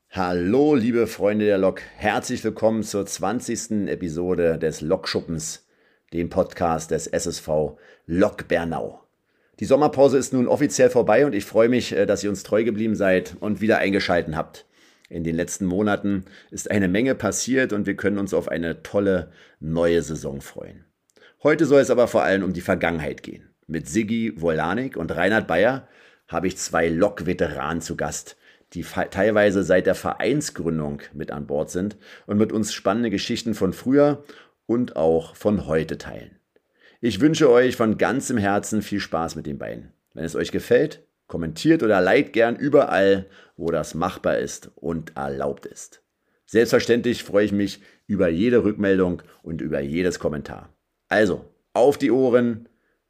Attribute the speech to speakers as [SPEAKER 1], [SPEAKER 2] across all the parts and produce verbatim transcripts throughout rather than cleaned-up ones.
[SPEAKER 1] Hallo, liebe Freunde der Lok, herzlich willkommen zur zwanzigsten Episode des Lokschuppens, dem Podcast des S S V Lok Bernau. Die Sommerpause ist nun offiziell vorbei und ich freue mich, dass ihr uns treu geblieben seid und wieder eingeschaltet habt. In den letzten Monaten ist eine Menge passiert und wir können uns auf eine tolle neue Saison freuen. Heute soll es aber vor allem um die Vergangenheit gehen. Mit Sigi Wolanik und Reinhard Bayer habe ich zwei Lok-Veteranen zu Gast, die teilweise seit der Vereinsgründung mit an Bord sind und mit uns spannende Geschichten von früher und auch von heute teilen. Ich wünsche euch von ganzem Herzen viel Spaß mit den beiden. Wenn es euch gefällt, kommentiert oder liked gern überall, wo das machbar ist und erlaubt ist. Selbstverständlich freue ich mich über jede Rückmeldung und über jedes Kommentar. Also, auf die Ohren,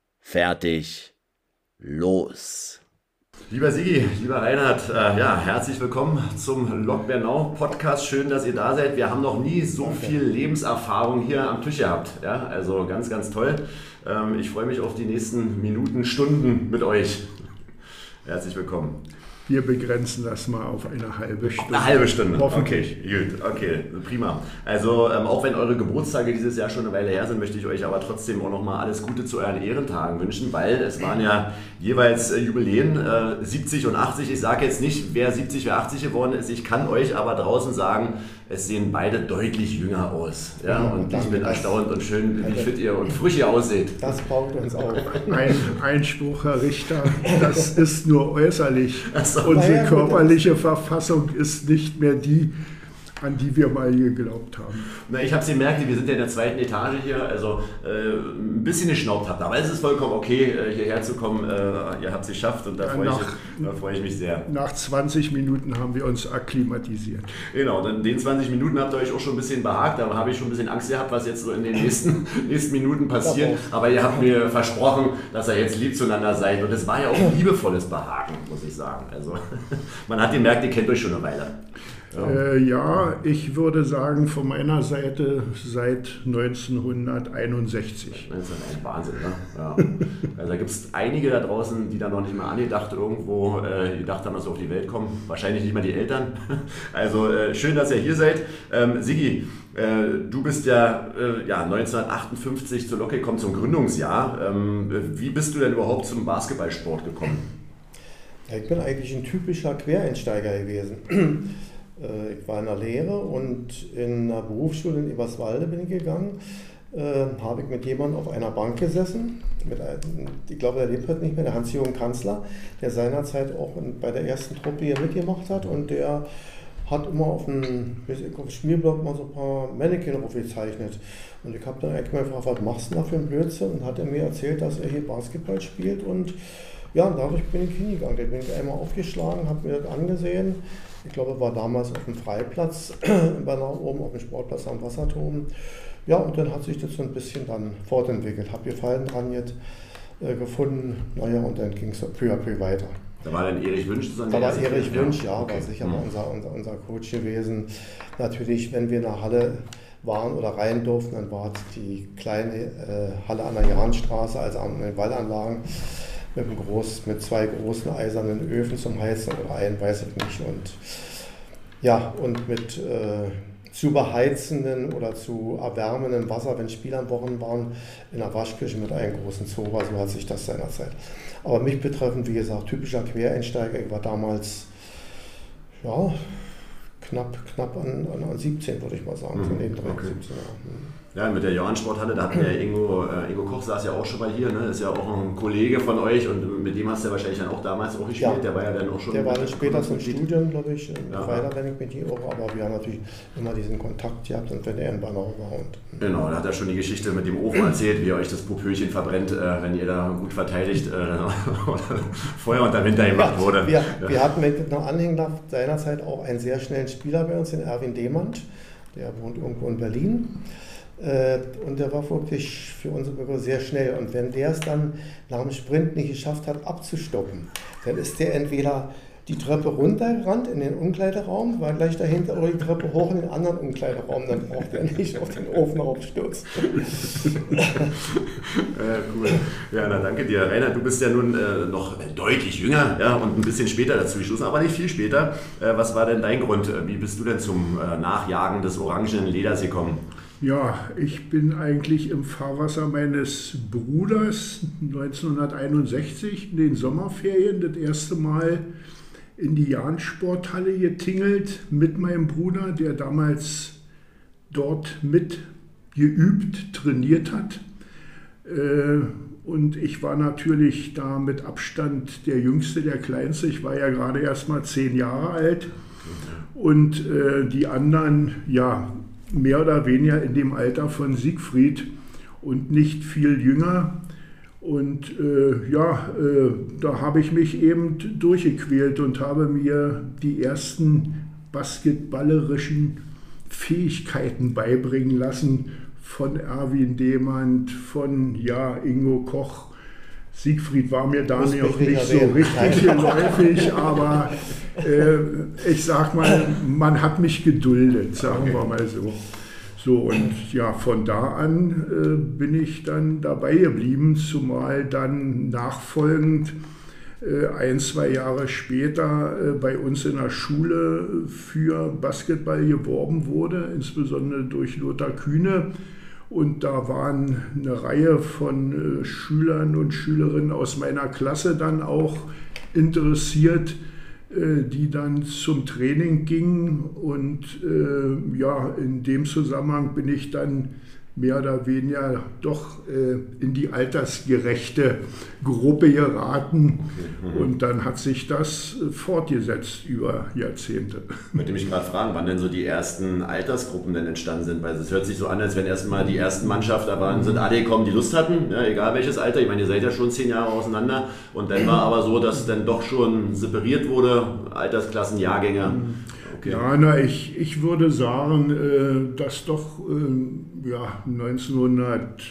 [SPEAKER 1] fertig, los! Lieber Sigi, lieber Reinhard, äh, ja, herzlich willkommen zum Lok Bernau Podcast. Schön, dass ihr da seid. Wir haben noch nie so okay. viel Lebenserfahrung hier am Tisch gehabt. Ja, also ganz, ganz toll. Ähm, ich freue mich auf die nächsten Minuten, Stunden mit euch. Herzlich willkommen.
[SPEAKER 2] Wir begrenzen das mal auf eine halbe Stunde.
[SPEAKER 1] Eine halbe Stunde, hoffentlich. Okay, gut, okay, prima. Also ähm, auch wenn eure Geburtstage dieses Jahr schon eine Weile her sind, möchte ich euch aber trotzdem auch nochmal alles Gute zu euren Ehrentagen wünschen, weil es waren ja jeweils äh, Jubiläen, äh, siebzig und achtzig. Ich sage jetzt nicht, wer siebzig, wer achtzig geworden ist. Ich kann euch aber draußen sagen, es sehen beide deutlich jünger aus. Ja? Ja, und ich bin erstaunt und schön, wie fit ihr und frisch ihr ausseht.
[SPEAKER 3] Das baut uns auf.
[SPEAKER 2] Ein Einspruch, Herr Richter, das ist nur äußerlich.
[SPEAKER 1] So.
[SPEAKER 2] Unsere körperliche Verfassung ist nicht mehr die, an die wir mal geglaubt haben.
[SPEAKER 1] Na, ich habe es gemerkt, wir sind ja in der zweiten Etage hier, also äh, ein bisschen geschnaubt habt, aber es ist vollkommen okay, äh, hierher zu kommen. Äh, ihr habt es geschafft und da freue ich, freu ich mich sehr.
[SPEAKER 2] Nach zwanzig Minuten haben wir uns akklimatisiert.
[SPEAKER 1] Genau, in den zwanzig Minuten habt ihr euch auch schon ein bisschen behagt, da habe ich schon ein bisschen Angst gehabt, was jetzt so in den nächsten, nächsten Minuten passiert, aber ihr habt mir versprochen, dass ihr jetzt lieb zueinander seid und es war ja auch ein liebevolles Behagen, muss ich sagen. Also man hat gemerkt, ihr kennt euch schon eine Weile.
[SPEAKER 2] Ja. Äh, ja, ich würde sagen, von meiner Seite seit neunzehnhunderteinundsechzig.
[SPEAKER 1] Das ist ein Wahnsinn, ne? Ja. Also da gibt es einige da draußen, die da noch nicht mal angedacht irgendwo äh, gedacht haben, dass sie auf die Welt kommen. Wahrscheinlich nicht mal die Eltern. Also äh, schön, dass ihr hier seid. Ähm, Sigi, äh, du bist ja, äh, ja neunzehnhundertachtundfünfzig zur Lok gekommen, zum Gründungsjahr. Ähm, wie bist du denn überhaupt zum Basketballsport gekommen?
[SPEAKER 3] Ja, ich bin eigentlich ein typischer Quereinsteiger gewesen. Ich war in der Lehre und in der Berufsschule in Eberswalde bin ich gegangen. Äh, habe ich mit jemandem auf einer Bank gesessen. Mit einem, ich glaube, der lebt heute nicht mehr, der Hans-Jürgen Kanzler, der seinerzeit auch bei der ersten Truppe hier mitgemacht hat. Und der hat immer auf dem, auf dem Spielblock mal so ein paar Mannequin aufgezeichnet. Und ich habe dann eigentlich mal gefragt, was machst du da für einen Blödsinn? Und hat er mir erzählt, dass er hier Basketball spielt. Und ja, und dadurch bin ich hingegangen. Da bin ich einmal aufgeschlagen, habe mir das angesehen. Ich glaube, war damals auf dem Freiplatz in Bernau oben, auf dem Sportplatz am Wasserturm. Ja, und dann hat sich das so ein bisschen dann fortentwickelt. Habe Gefallen dran jetzt äh, gefunden. Naja, und dann ging es peu à peu weiter.
[SPEAKER 1] Da war dann Erich Wünsch zusammen?
[SPEAKER 3] Da war Erich Wünsch, ja,
[SPEAKER 1] okay.
[SPEAKER 3] war sicher mhm. unser, unser, unser Coach gewesen. Natürlich, wenn wir in der Halle waren oder rein durften, dann war es die kleine äh, Halle an der Jahnstraße, also an den Wallanlagen. Mit, einem groß, mit zwei großen eisernen Öfen zum Heizen oder einen, weiß ich nicht. Und, ja, und mit äh, zu beheizenden oder zu erwärmendem Wasser, wenn Spieler am Wochen waren, in der Waschküche mit einem großen Zora, so hat sich das seinerzeit. Aber mich betreffend, wie gesagt, typischer Quereinsteiger, ich war damals ja, knapp, knapp an, an siebzehn, würde ich mal sagen, von den drei,
[SPEAKER 1] okay.
[SPEAKER 3] siebzehn Jahren.
[SPEAKER 1] Ja, mit der Johannsporthalle, da hatten wir ja Ingo, äh, Ingo Koch saß ja auch schon mal hier, ne? Ist ja auch ein Kollege von euch und mit dem hast du ja wahrscheinlich dann auch damals auch gespielt, ja, der war ja dann auch schon...
[SPEAKER 3] Der war dann später zum Studium, glaube ich, ja. weiter, wenn ich mit ihm auch, aber wir haben natürlich immer diesen Kontakt gehabt und wenn er in Bernau war. Und,
[SPEAKER 1] genau, da hat er schon die Geschichte mit dem Ofen erzählt, wie ihr euch das Popöchen verbrennt, äh, wenn ihr da gut verteidigt äh, oder Feuer unter Winter gemacht
[SPEAKER 3] ja,
[SPEAKER 1] wurde.
[SPEAKER 3] Wir,
[SPEAKER 1] ja.
[SPEAKER 3] wir hatten mit einer Anhängerschaft seinerzeit auch einen sehr schnellen Spieler bei uns, den Erwin Demand, der wohnt irgendwo in Berlin. Und der war wirklich für unsere Bürger sehr schnell. Und wenn der es dann nach dem Sprint nicht geschafft hat, abzustoppen, dann ist der entweder die Treppe runtergerannt in den Umkleideraum, war gleich dahinter, oder die Treppe hoch in den anderen Umkleideraum, dann braucht er nicht auf den Ofen aufstürzen.
[SPEAKER 1] äh, cool. Ja, na danke dir. Rainer, du bist ja nun äh, noch deutlich jünger, ja, und ein bisschen später dazu gestoßen, aber nicht viel später. Äh, was war denn dein Grund? Wie bist du denn zum äh, Nachjagen des orangenen Leders gekommen?
[SPEAKER 2] Ja, ich bin eigentlich im Fahrwasser meines Bruders neunzehnhunderteinundsechzig in den Sommerferien das erste Mal in die Jahn-Sporthalle getingelt mit meinem Bruder, der damals dort mit geübt, trainiert hat. Und ich war natürlich da mit Abstand der Jüngste, der Kleinste. Ich war ja gerade erst mal zehn Jahre alt. Und die anderen, ja, mehr oder weniger in dem Alter von Siegfried und nicht viel jünger. Und äh, ja, äh, da habe ich mich eben durchgequält und habe mir die ersten basketballerischen Fähigkeiten beibringen lassen von Erwin Demand, von ja, Ingo Koch. Siegfried war mir da noch nicht so richtig geläufig, aber äh, ich sag mal, man hat mich geduldet, sagen wir mal so. So, und ja, von da an äh, bin ich dann dabei geblieben, zumal dann nachfolgend äh, ein, zwei Jahre später äh, bei uns in der Schule für Basketball geworben wurde, insbesondere durch Lothar Kühne. Und da waren eine Reihe von äh, Schülern und Schülerinnen aus meiner Klasse dann auch interessiert, die dann zum Training gingen, und äh, ja, in dem Zusammenhang bin ich dann mehr oder weniger doch äh, in die altersgerechte Gruppe geraten. Okay. Mhm. Und dann hat sich das äh, fortgesetzt über Jahrzehnte.
[SPEAKER 1] Ich wollte mich gerade fragen, wann denn so die ersten Altersgruppen denn entstanden sind, weil es hört sich so an, als wenn erstmal die ersten Mannschaften waren, sind alle gekommen, die Lust hatten, ja, egal welches Alter. Ich meine, ihr seid ja schon zehn Jahre auseinander, und dann war aber so, dass es dann doch schon separiert wurde, Altersklassen, Jahrgänge.
[SPEAKER 2] Okay. Ja, na, ich, ich würde sagen, äh, dass doch äh, ja, neunzehnhundert,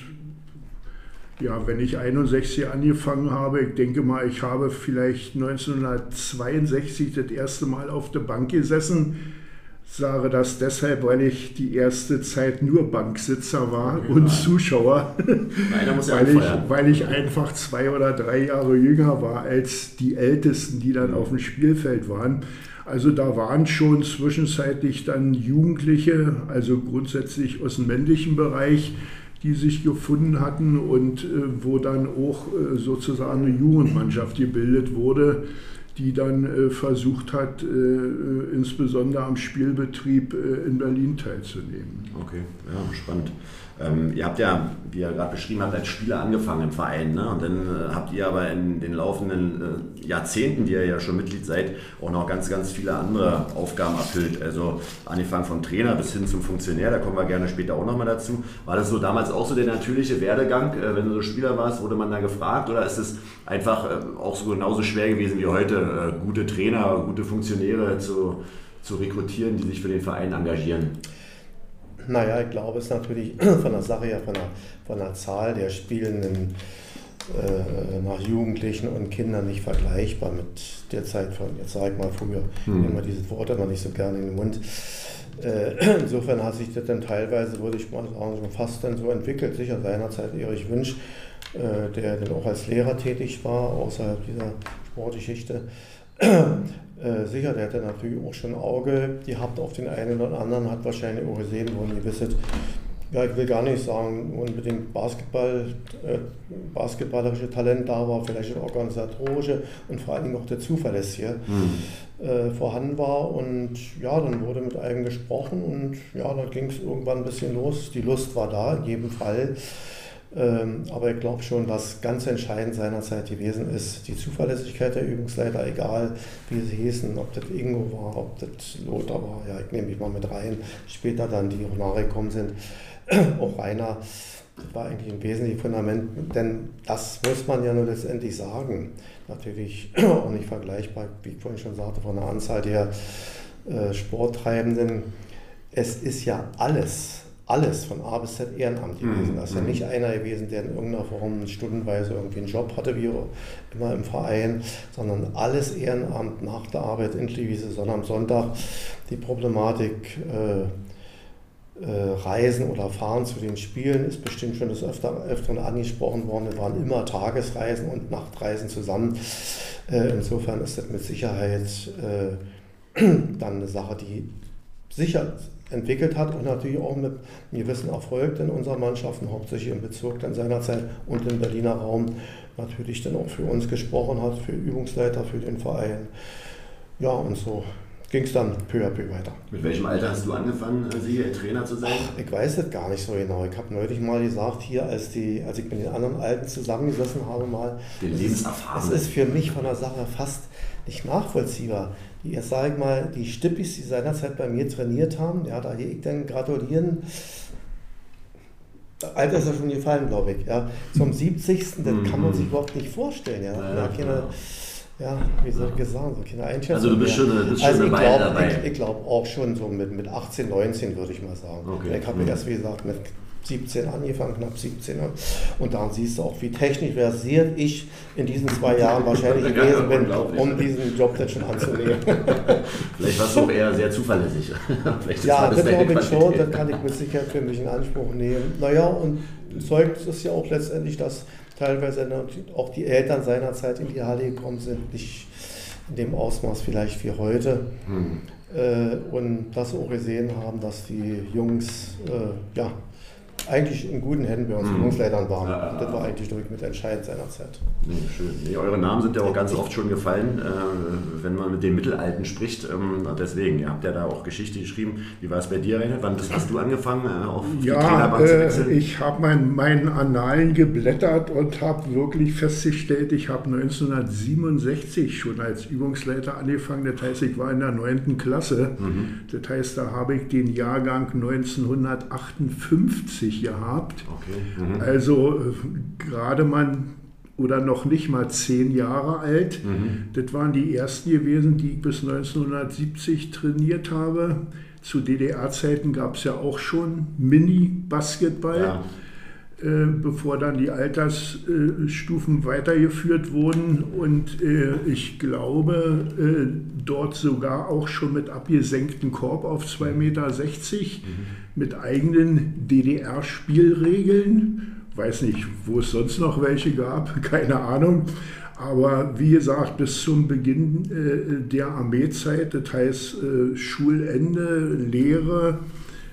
[SPEAKER 2] ja, wenn ich einundsechzig angefangen habe, ich denke mal, ich habe vielleicht neunzehnhundertzweiundsechzig das erste Mal auf der Bank gesessen. Sage das deshalb, weil ich die erste Zeit nur Banksitzer war, ja, und Zuschauer, muss ja weil, ich, weil ich einfach zwei oder drei Jahre jünger war als die Ältesten, die dann auf dem Spielfeld waren. Also da waren schon zwischenzeitlich dann Jugendliche, also grundsätzlich aus dem männlichen Bereich, die sich gefunden hatten, und äh, wo dann auch äh, sozusagen eine Jugendmannschaft gebildet wurde, die dann äh, versucht hat, äh, insbesondere am Spielbetrieb äh, in Berlin teilzunehmen.
[SPEAKER 1] Okay, ja, spannend. Ähm, ihr habt ja, wie ihr gerade beschrieben habt, als Spieler angefangen im Verein, ne? Und dann äh, habt ihr aber in den laufenden äh, Jahrzehnten, die ihr ja schon Mitglied seid, auch noch ganz, ganz viele andere Aufgaben erfüllt. Also angefangen vom Trainer bis hin zum Funktionär, da kommen wir gerne später auch nochmal dazu. War das so damals auch so der natürliche Werdegang? Äh, wenn du so Spieler warst, wurde man da gefragt, oder ist es einfach äh, auch so genauso schwer gewesen wie heute, äh, gute Trainer, gute Funktionäre zu, zu rekrutieren, die sich für den Verein engagieren?
[SPEAKER 3] Naja, ich glaube, es ist natürlich von der Sache her, von der, von der Zahl der Spielenden äh, nach Jugendlichen und Kindern nicht vergleichbar mit der Zeit von, jetzt sage ich mal früher, hm. immer dieses Wort immer nicht so gerne in den Mund. Äh, insofern hat sich das dann teilweise, würde ich mal sagen, schon fast dann so entwickelt. Sicher seinerzeit Erich Wünsch, äh, der dann auch als Lehrer tätig war, außerhalb dieser Sportgeschichte. Äh, sicher, der hätte natürlich auch schon ein Auge gehabt auf den einen oder anderen, hat wahrscheinlich auch gesehen, wo ein gewisses, ja, ich will gar nicht sagen, unbedingt Basketball, äh, basketballerische Talent da war, vielleicht das organisatorische und vor allem auch der Zuverlässige mhm. äh, vorhanden war. Und ja, dann wurde mit einem gesprochen, und ja, dann ging es irgendwann ein bisschen los. Die Lust war da, in jedem Fall. Ähm, aber ich glaube schon, was ganz entscheidend seinerzeit gewesen ist, die Zuverlässigkeit der Übungsleiter, egal wie sie hießen, ob das Ingo war, ob das Lothar war, ja, ich nehme mich mal mit rein, später dann, die auch nachgekommen sind, auch Rainer, das war eigentlich ein wesentliches Fundament, denn das muss man ja nur letztendlich sagen, natürlich auch nicht vergleichbar, wie ich vorhin schon sagte, von der Anzahl der äh, Sporttreibenden. Es ist ja alles, alles von A bis Z Ehrenamt gewesen. Da ist ja nicht einer gewesen, der in irgendeiner Form stundenweise irgendwie einen Job hatte, wie immer im Verein, sondern alles Ehrenamt nach der Arbeit, inklusive Sonntag am Sonntag. Die Problematik äh, Reisen oder Fahren zu den Spielen ist bestimmt schon des Öfter, Öfteren angesprochen worden. Wir waren immer Tagesreisen und Nachtreisen zusammen. Insofern ist das mit Sicherheit dann eine Sache, die sicher entwickelt hat und natürlich auch mit einem gewissen Erfolg in unseren Mannschaften, hauptsächlich im Bezirk dann seinerzeit und im Berliner Raum, natürlich dann auch für uns gesprochen hat, für Übungsleiter, für den Verein. Ja, und so ging es dann peu à peu weiter.
[SPEAKER 1] Mit welchem Alter hast du angefangen, Sigi, Trainer zu sein?
[SPEAKER 3] Ach, ich weiß das gar nicht so genau. Ich habe neulich mal gesagt, hier, als, die, als ich mit den anderen Alten zusammengesessen habe, mal,
[SPEAKER 1] die Lebenserfahrung.
[SPEAKER 3] Das ist für mich von der Sache fast nicht nachvollziehbar. Die, jetzt sage ich mal, die Stippis, die seinerzeit bei mir trainiert haben, ja, da gehe ich dann gratulieren. Alter ist ja schon gefallen, glaube ich. Ja. Zum siebzigsten Das kann man sich überhaupt nicht vorstellen. Ja, ja, keine, ja wie soll ich sagen, so keine Einschätzung.
[SPEAKER 1] Also du bist schon, eine, bist also schon
[SPEAKER 3] ich
[SPEAKER 1] eine
[SPEAKER 3] glaub,
[SPEAKER 1] dabei.
[SPEAKER 3] Ich, ich glaube auch schon so mit, mit achtzehn, neunzehn würde ich mal sagen.
[SPEAKER 1] Okay.
[SPEAKER 3] Ich habe mhm. erst, wie gesagt, mit siebzehn angefangen, knapp siebzehn. Und dann siehst du auch, wie technisch versiert ich in diesen zwei Jahren wahrscheinlich gewesen bin, um diesen Job dann schon anzunehmen.
[SPEAKER 1] Vielleicht warst du auch eher sehr zuverlässig.
[SPEAKER 3] Ja, das glaube ich schon, das kann ich mit Sicherheit für mich in Anspruch nehmen. Naja, und zeugt es ja auch letztendlich, dass teilweise auch die Eltern seinerzeit in die Halle gekommen sind, nicht in dem Ausmaß vielleicht wie heute. Hm. Äh, und das auch gesehen haben, dass die Jungs, äh, ja, eigentlich in guten Händen bei uns mhm. Jungsleitern waren. Ja, ja, ja. Das war eigentlich durch mit entscheidend seinerzeit.
[SPEAKER 1] Nee, schön. Nee, eure Namen sind ja auch ganz oft schon gefallen, äh, wenn man mit den Mittelalten spricht. Ähm, deswegen, ihr habt ja da auch Geschichte geschrieben. Wie war es bei dir, Reinhard? Wann hast du angefangen, äh, auf die
[SPEAKER 2] ja,
[SPEAKER 1] Trainerbank zu wechseln?
[SPEAKER 2] Äh, ich habe mein, meinen Annalen geblättert und habe wirklich festgestellt, ich habe neunzehnhundertsiebenundsechzig schon als Übungsleiter angefangen. Das heißt, ich war in der neunten Klasse. Mhm. Das heißt, da habe ich den Jahrgang neunzehnhundertachtundfünfzig gehabt.
[SPEAKER 1] Okay. Mhm.
[SPEAKER 2] Also gerade mal oder noch nicht mal zehn Jahre alt. Mhm. Das waren die ersten gewesen, die ich bis neunzehnhundertsiebzig trainiert habe. Zu D D R-Zeiten gab es ja auch schon Mini-Basketball, ja. äh, bevor dann die Altersstufen äh, weitergeführt wurden. Und äh, ich glaube, äh, dort sogar auch schon mit abgesenktem Korb auf zwei Meter sechzig, mhm. mit eigenen D D R-Spielregeln. Weiß nicht, wo es sonst noch welche gab, keine Ahnung. Aber wie gesagt, bis zum Beginn äh, der Armeezeit, das heißt äh, Schulende, Lehre,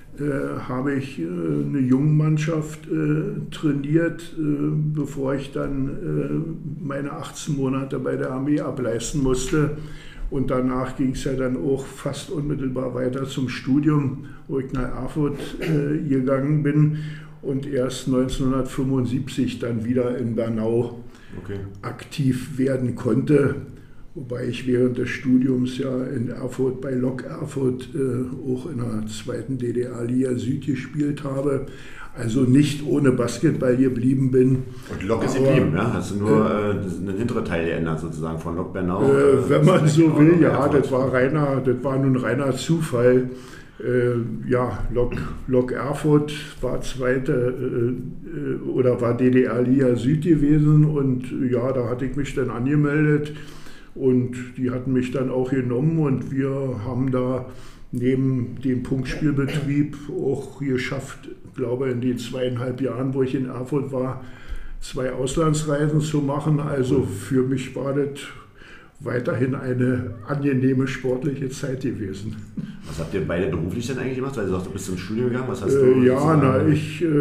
[SPEAKER 2] äh, habe ich äh, eine Jungenmannschaft äh, trainiert, äh, bevor ich dann äh, meine achtzehn Monate bei der Armee ableisten musste. Und danach ging es ja dann auch fast unmittelbar weiter zum Studium, wo ich nach Erfurt äh, gegangen bin. Und erst neunzehnhundertfünfundsiebzig dann wieder in Bernau okay. aktiv werden konnte. Wobei ich während des Studiums ja in Erfurt bei Lok Erfurt äh, auch in der zweiten D D R-Liga Süd gespielt habe. Also nicht ohne Basketball geblieben bin.
[SPEAKER 1] Und Lok ist geblieben, ja? Hast du nur äh, einen hinteren Teil geändert sozusagen von Lok Bernau?
[SPEAKER 2] Äh, wenn man so will, ja, das war, reiner, das war nun reiner Zufall. Äh, ja, Lok, Lok Erfurt war zweite äh, oder war D D R-Liga Süd gewesen und ja, da hatte ich mich dann angemeldet und die hatten mich dann auch genommen und wir haben da neben dem Punktspielbetrieb auch geschafft, glaube in den zweieinhalb Jahren, wo ich in Erfurt war, zwei Auslandsreisen zu machen. Also für mich war das weiterhin eine angenehme sportliche Zeit gewesen.
[SPEAKER 1] Was habt ihr beide beruflich denn eigentlich gemacht? Weil du sagst, du bist zum Studium gegangen. Was hast du?
[SPEAKER 2] Äh, ja, na, ich äh,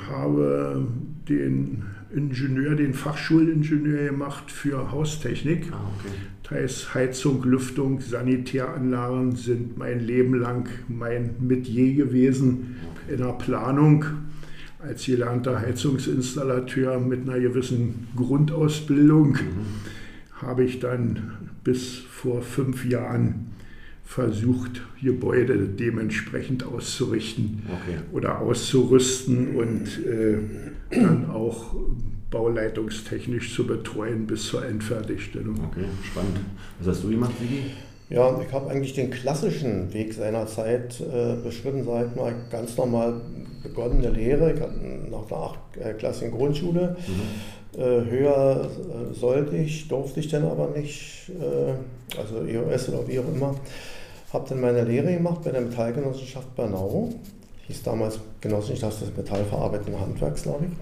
[SPEAKER 2] habe den Ingenieur, den Fachschulingenieur gemacht für Haustechnik.
[SPEAKER 1] Ah, okay.
[SPEAKER 2] Das heißt, Heizung, Lüftung, Sanitäranlagen sind mein Leben lang mein Metier gewesen okay. in der Planung. Als gelernter Heizungsinstallateur mit einer gewissen Grundausbildung mhm. habe ich dann bis vor fünf Jahren versucht, Gebäude dementsprechend auszurichten okay. oder auszurüsten und äh, dann auch bauleitungstechnisch zu betreuen bis zur Endfertigstellung.
[SPEAKER 1] Okay, spannend. Was hast du gemacht, Sigi?
[SPEAKER 3] Ja, ich habe eigentlich den klassischen Weg seiner Zeit äh, beschritten, sag ich mal, ganz normal begonnene Lehre. Ich hatte nach der achtklassigen Grundschule. Mhm. Äh, höher äh, sollte ich, durfte ich dann aber nicht, äh, also E O S oder wie auch immer. Habe dann meine Lehre gemacht bei der Metallgenossenschaft Bernau. hieß damals Genossenschaft des Metallverarbeitenden Handwerks, glaube ich.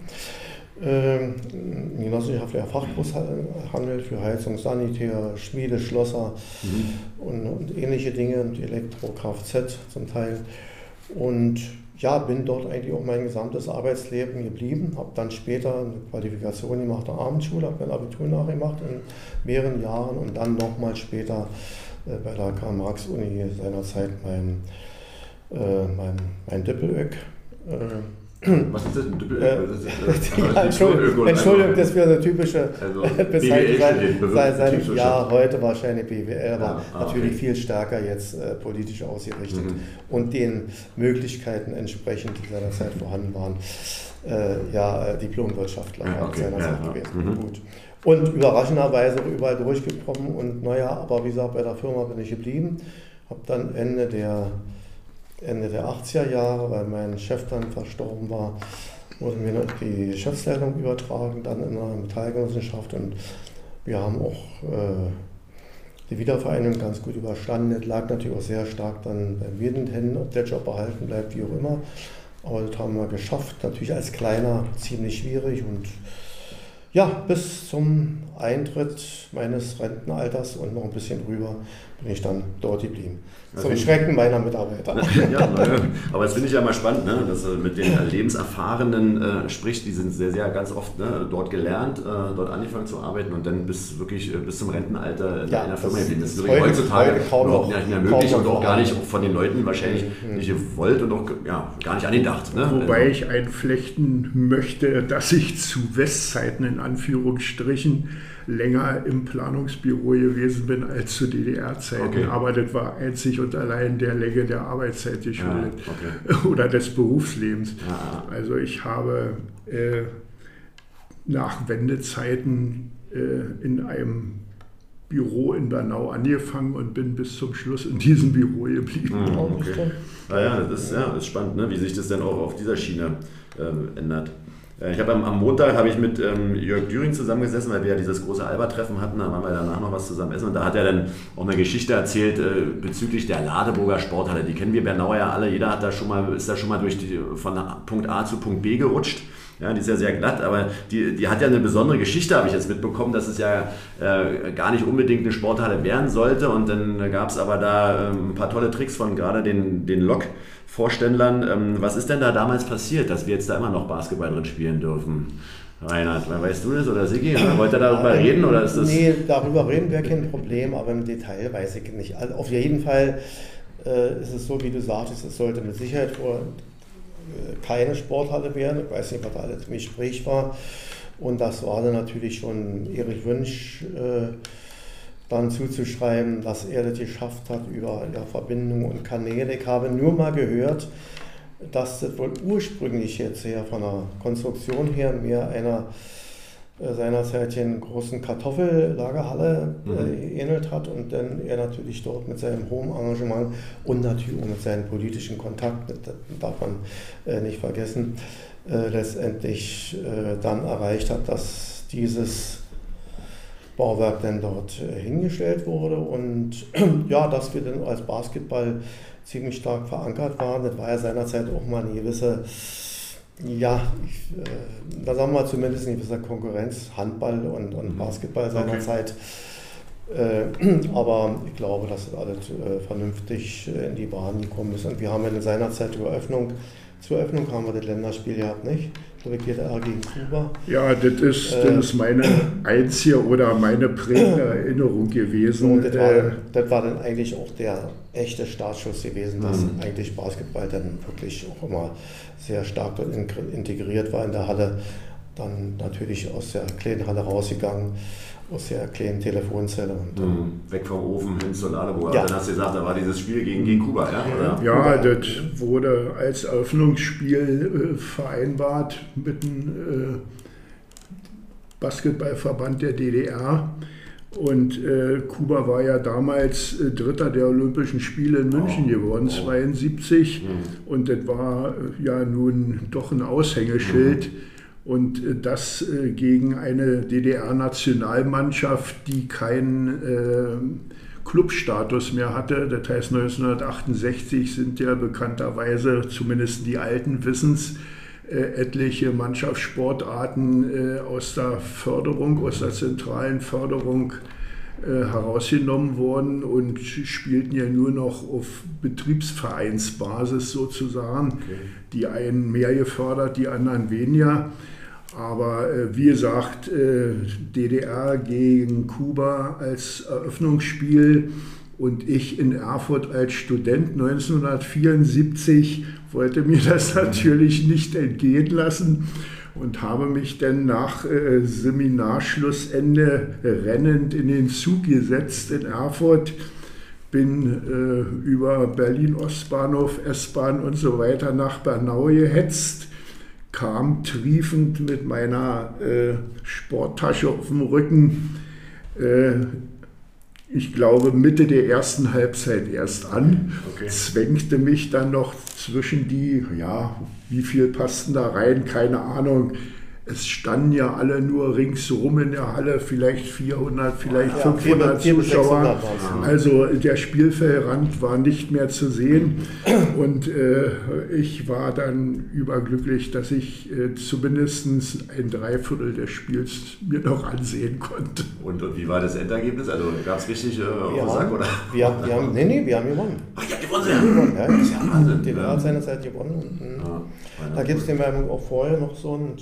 [SPEAKER 3] Ähm, genossenschaftlicher Fachgroßhandel für Heizung, Sanitär, Schmiede, Schlosser mhm. und, und ähnliche Dinge und Elektro, Kfz zum Teil. Und ja, bin dort eigentlich auch mein gesamtes Arbeitsleben geblieben, habe dann später eine Qualifikation gemacht der Abendschule, habe mein Abitur nachgemacht in mehreren Jahren und dann nochmal später äh, bei der Karl-Marx-Uni seinerzeit mein, äh, mein, mein Dippelöck. Äh,
[SPEAKER 4] Was ist das? Ein Doppel äh, das ist, äh,
[SPEAKER 3] ja, Entschuldigung, Entschuldigung, das wäre eine typische
[SPEAKER 4] also,
[SPEAKER 3] Bezeichnung sein. sein, sein ja, heute wahrscheinlich B W L, aber ja, ah, natürlich okay. viel stärker jetzt äh, politisch ausgerichtet mhm. und den Möglichkeiten entsprechend, die seinerzeit vorhanden waren, äh, ja, äh, Diplomwirtschaftler
[SPEAKER 4] ja, okay.
[SPEAKER 3] seinerzeit
[SPEAKER 4] ja,
[SPEAKER 3] gewesen.
[SPEAKER 4] Mhm.
[SPEAKER 3] Gut. Und überraschenderweise überall durchgekommen und naja, aber wie gesagt, bei der Firma bin ich geblieben, habe dann Ende der Ende der achtziger Jahre, weil mein Chef dann verstorben war, wurde mir noch die Geschäftsleitung übertragen, dann in einer Metallgenossenschaft und wir haben auch äh, die Wiedervereinigung ganz gut überstanden. Das lag natürlich auch sehr stark dann beim jeden hin, ob der Job erhalten bleibt, wie auch immer. Aber das haben wir geschafft, natürlich als Kleiner ziemlich schwierig und ja, bis zum Eintritt meines Rentenalters und noch ein bisschen drüber bin ich dann dort geblieben. Zum okay. Schrecken meiner Mitarbeiter.
[SPEAKER 4] Ja, aber das finde ich ja mal spannend, ne? Dass du mit den Lebenserfahrenen äh, sprichst, die sind sehr, sehr ganz oft ne, dort gelernt, äh, dort angefangen zu arbeiten und dann bis wirklich äh, bis zum Rentenalter in ja, einer Firma geblieben. Das ist wirklich heutzutage überhaupt nicht mehr möglich und auch gar nicht von den Leuten wahrscheinlich mhm. nicht gewollt und auch ja, gar nicht angedacht. Ne?
[SPEAKER 2] Wobei also. ich einflechten möchte, dass ich zu Westzeiten in Anführungsstrichen länger im Planungsbüro gewesen bin als zu D D R-Zeiten. Okay. Aber das war einzig und allein der Länge der Arbeitszeit geschuldet ja, okay. oder des Berufslebens. Ja. Also ich habe äh, nach Wendezeiten äh, in einem Büro in Bernau angefangen und bin bis zum Schluss in diesem Büro geblieben.
[SPEAKER 4] Mhm, okay. Ah ja, das ist, ja, das ist spannend, ne? Wie sich das dann auch auf dieser Schiene äh, ändert. Ich habe am, am Montag habe ich mit ähm, Jörg Düring zusammengesessen, weil wir ja dieses große Alba-Treffen hatten, da waren wir danach noch was zusammen essen und da hat er dann auch eine Geschichte erzählt äh, bezüglich der Ladeburger Sporthalle. Die kennen wir Bernauer ja alle, jeder hat da schon mal, ist da schon mal durch die, von Punkt A zu Punkt B gerutscht. Ja, die ist ja sehr glatt, aber die, die hat ja eine besondere Geschichte, habe ich jetzt mitbekommen, dass es ja äh, gar nicht unbedingt eine Sporthalle werden sollte und dann gab es aber da äh, ein paar tolle Tricks von gerade den, den Lok-Vorständlern. Ähm, was ist denn da damals passiert, dass wir jetzt da immer noch Basketball drin spielen dürfen? Reinhard, weißt du das oder Sigi? Wollt ihr darüber ja, reden oder ist das...
[SPEAKER 3] Nee, darüber reden wäre kein Problem, aber im Detail weiß ich nicht. Also auf jeden Fall äh, ist es so, wie du sagtest, es sollte mit Sicherheit vor... keine Sporthalle werden. Ich weiß nicht, was da alles im Gespräch war. Und das war dann natürlich schon Erich Wünsch äh, dann zuzuschreiben, dass er das geschafft hat über ja, Verbindungen und Kanäle. Ich habe nur mal gehört, dass das wohl ursprünglich jetzt her von der Konstruktion her mehr einer äh, seinerzeit in großen Kartoffellagerhalle äh, mhm. ähnelt hat und dann er natürlich dort mit seinem hohen Engagement und natürlich auch mit seinen politischen Kontakten, das darf man äh, nicht vergessen, äh, letztendlich äh, dann erreicht hat, dass dieses Bauwerk dann dort äh, hingestellt wurde und ja, dass wir dann als Basketball ziemlich stark verankert waren. Das war ja seinerzeit auch mal eine gewisse Ja, ich, äh, da sagen wir mal zumindest in gewisser Konkurrenz, Handball und, und Basketball seinerzeit. Okay. Äh, aber ich glaube, dass das alles äh, vernünftig äh, in die Bahn gekommen ist. Und wir haben in seiner Zeit zur Eröffnung, zur Eröffnung haben wir das Länderspiel gehabt, nicht? D R gegen Kuba.
[SPEAKER 2] Ja, das ist, äh, das ist meine einzige oder meine prägende Erinnerung gewesen.
[SPEAKER 3] Und das, war, das war dann eigentlich auch der echte Startschuss gewesen, dass mhm. eigentlich Basketball dann wirklich auch immer sehr stark dort integriert war in der Halle. Dann natürlich aus der kleinen Halle rausgegangen, aus der kleinen Telefonzelle. Und
[SPEAKER 4] mhm. Weg vom Ofen hin zur Ladeburg. Ja. Dann hast du gesagt, da war dieses Spiel gegen, gegen Kuba, ja? Oder?
[SPEAKER 2] Ja, Kuba. Das wurde als Eröffnungsspiel äh, vereinbart mit dem äh, Basketballverband der D D R. Und äh, Kuba war ja damals äh, Dritter der Olympischen Spiele in München oh, geworden, oh. zweiundsiebzig. Mhm. Und das war äh, ja nun doch ein Aushängeschild. Mhm. Und äh, das äh, gegen eine D D R-Nationalmannschaft, die kein äh, Clubstatus mehr hatte. Das heißt, neunzehnhundertachtundsechzig sind ja bekannterweise, zumindest die alten Wissens, äh, etliche Mannschaftssportarten äh, aus der Förderung, aus der zentralen Förderung äh, herausgenommen worden und spielten ja nur noch auf Betriebsvereinsbasis sozusagen. Okay. Die einen mehr gefördert, die anderen weniger. Aber äh, wie gesagt, äh, D D R gegen Kuba als Eröffnungsspiel und ich in Erfurt als Student neunzehnhundertvierundsiebzig wollte mir das natürlich nicht entgehen lassen und habe mich dann nach äh, Seminarschlussende rennend in den Zug gesetzt in Erfurt, bin äh, über Berlin-Ostbahnhof, S-Bahn und so weiter nach Bernau gehetzt, kam triefend mit meiner äh, Sporttasche auf dem Rücken, äh, ich glaube Mitte der ersten Halbzeit erst an, okay. Zwängte mich dann noch zwischen die, ja, wie viel passten da rein, keine Ahnung. Es standen ja alle nur ringsherum in der Halle, vielleicht vierhundert, vielleicht ja, fünfhundert Zuschauer. Also der Spielfeldrand war nicht mehr zu sehen. Und äh, ich war dann überglücklich, dass ich äh, zumindest ein Dreiviertel des Spiels mir noch ansehen konnte.
[SPEAKER 4] Und, und wie war das Endergebnis? Also gab es richtig äh, auf den Sack, oder?
[SPEAKER 3] Wir, wir haben, nee, nee, wir haben gewonnen.
[SPEAKER 4] Ach, ihr habt gewonnen, ja.
[SPEAKER 3] Ja, das ist ja Wahnsinn. Die D D R hat seinerzeit gewonnen. Ja, da gibt es den Werbung auch vorher noch so ein,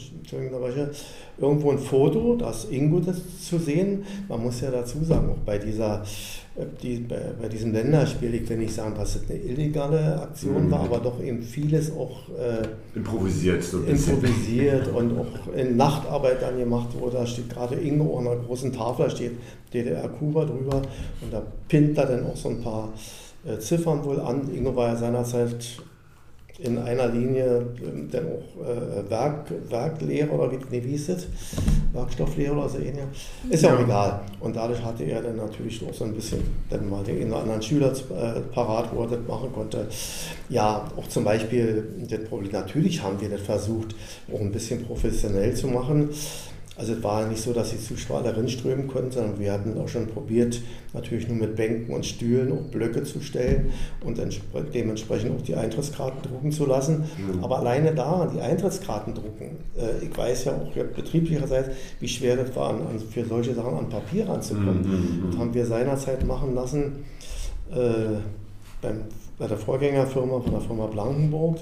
[SPEAKER 3] irgendwo ein Foto, da ist Ingo das zu sehen. Man muss ja dazu sagen, auch bei, dieser, die, bei, bei diesem Länderspiel, ich will nicht sagen, dass es eine illegale Aktion mhm. war, aber doch eben vieles auch äh,
[SPEAKER 4] improvisiert, so ein
[SPEAKER 3] improvisiert und auch in Nachtarbeit dann gemacht wurde. Da steht gerade Ingo an einer großen Tafel, da steht D D R Kuba drüber und da pinnt er dann auch so ein paar äh, Ziffern wohl an. Ingo war ja seinerzeit in einer Linie ähm, dann auch äh, Werk, Werklehrer oder wie, nee, wie hieß das? Werkstofflehrer oder so ähnlich. Ist ja, ja auch egal. Und dadurch hatte er dann natürlich auch so ein bisschen dann mal den einen oder anderen Schüler äh, parat, wo er das machen konnte. Ja, auch zum Beispiel das Problem, natürlich haben wir das versucht, auch ein bisschen professionell zu machen. Also es war nicht so, dass die Zuschauer darin strömen konnten, sondern wir hatten auch schon probiert, natürlich nur mit Bänken und Stühlen auch Blöcke zu stellen und dementsprechend auch die Eintrittskarten drucken zu lassen. Mhm. Aber alleine da, die Eintrittskarten drucken, äh, ich weiß ja auch betrieblicherseits, wie schwer das war, an, für solche Sachen an Papier ranzukommen. Mhm. Das haben wir seinerzeit machen lassen äh, beim, bei der Vorgängerfirma von der Firma Blankenburg.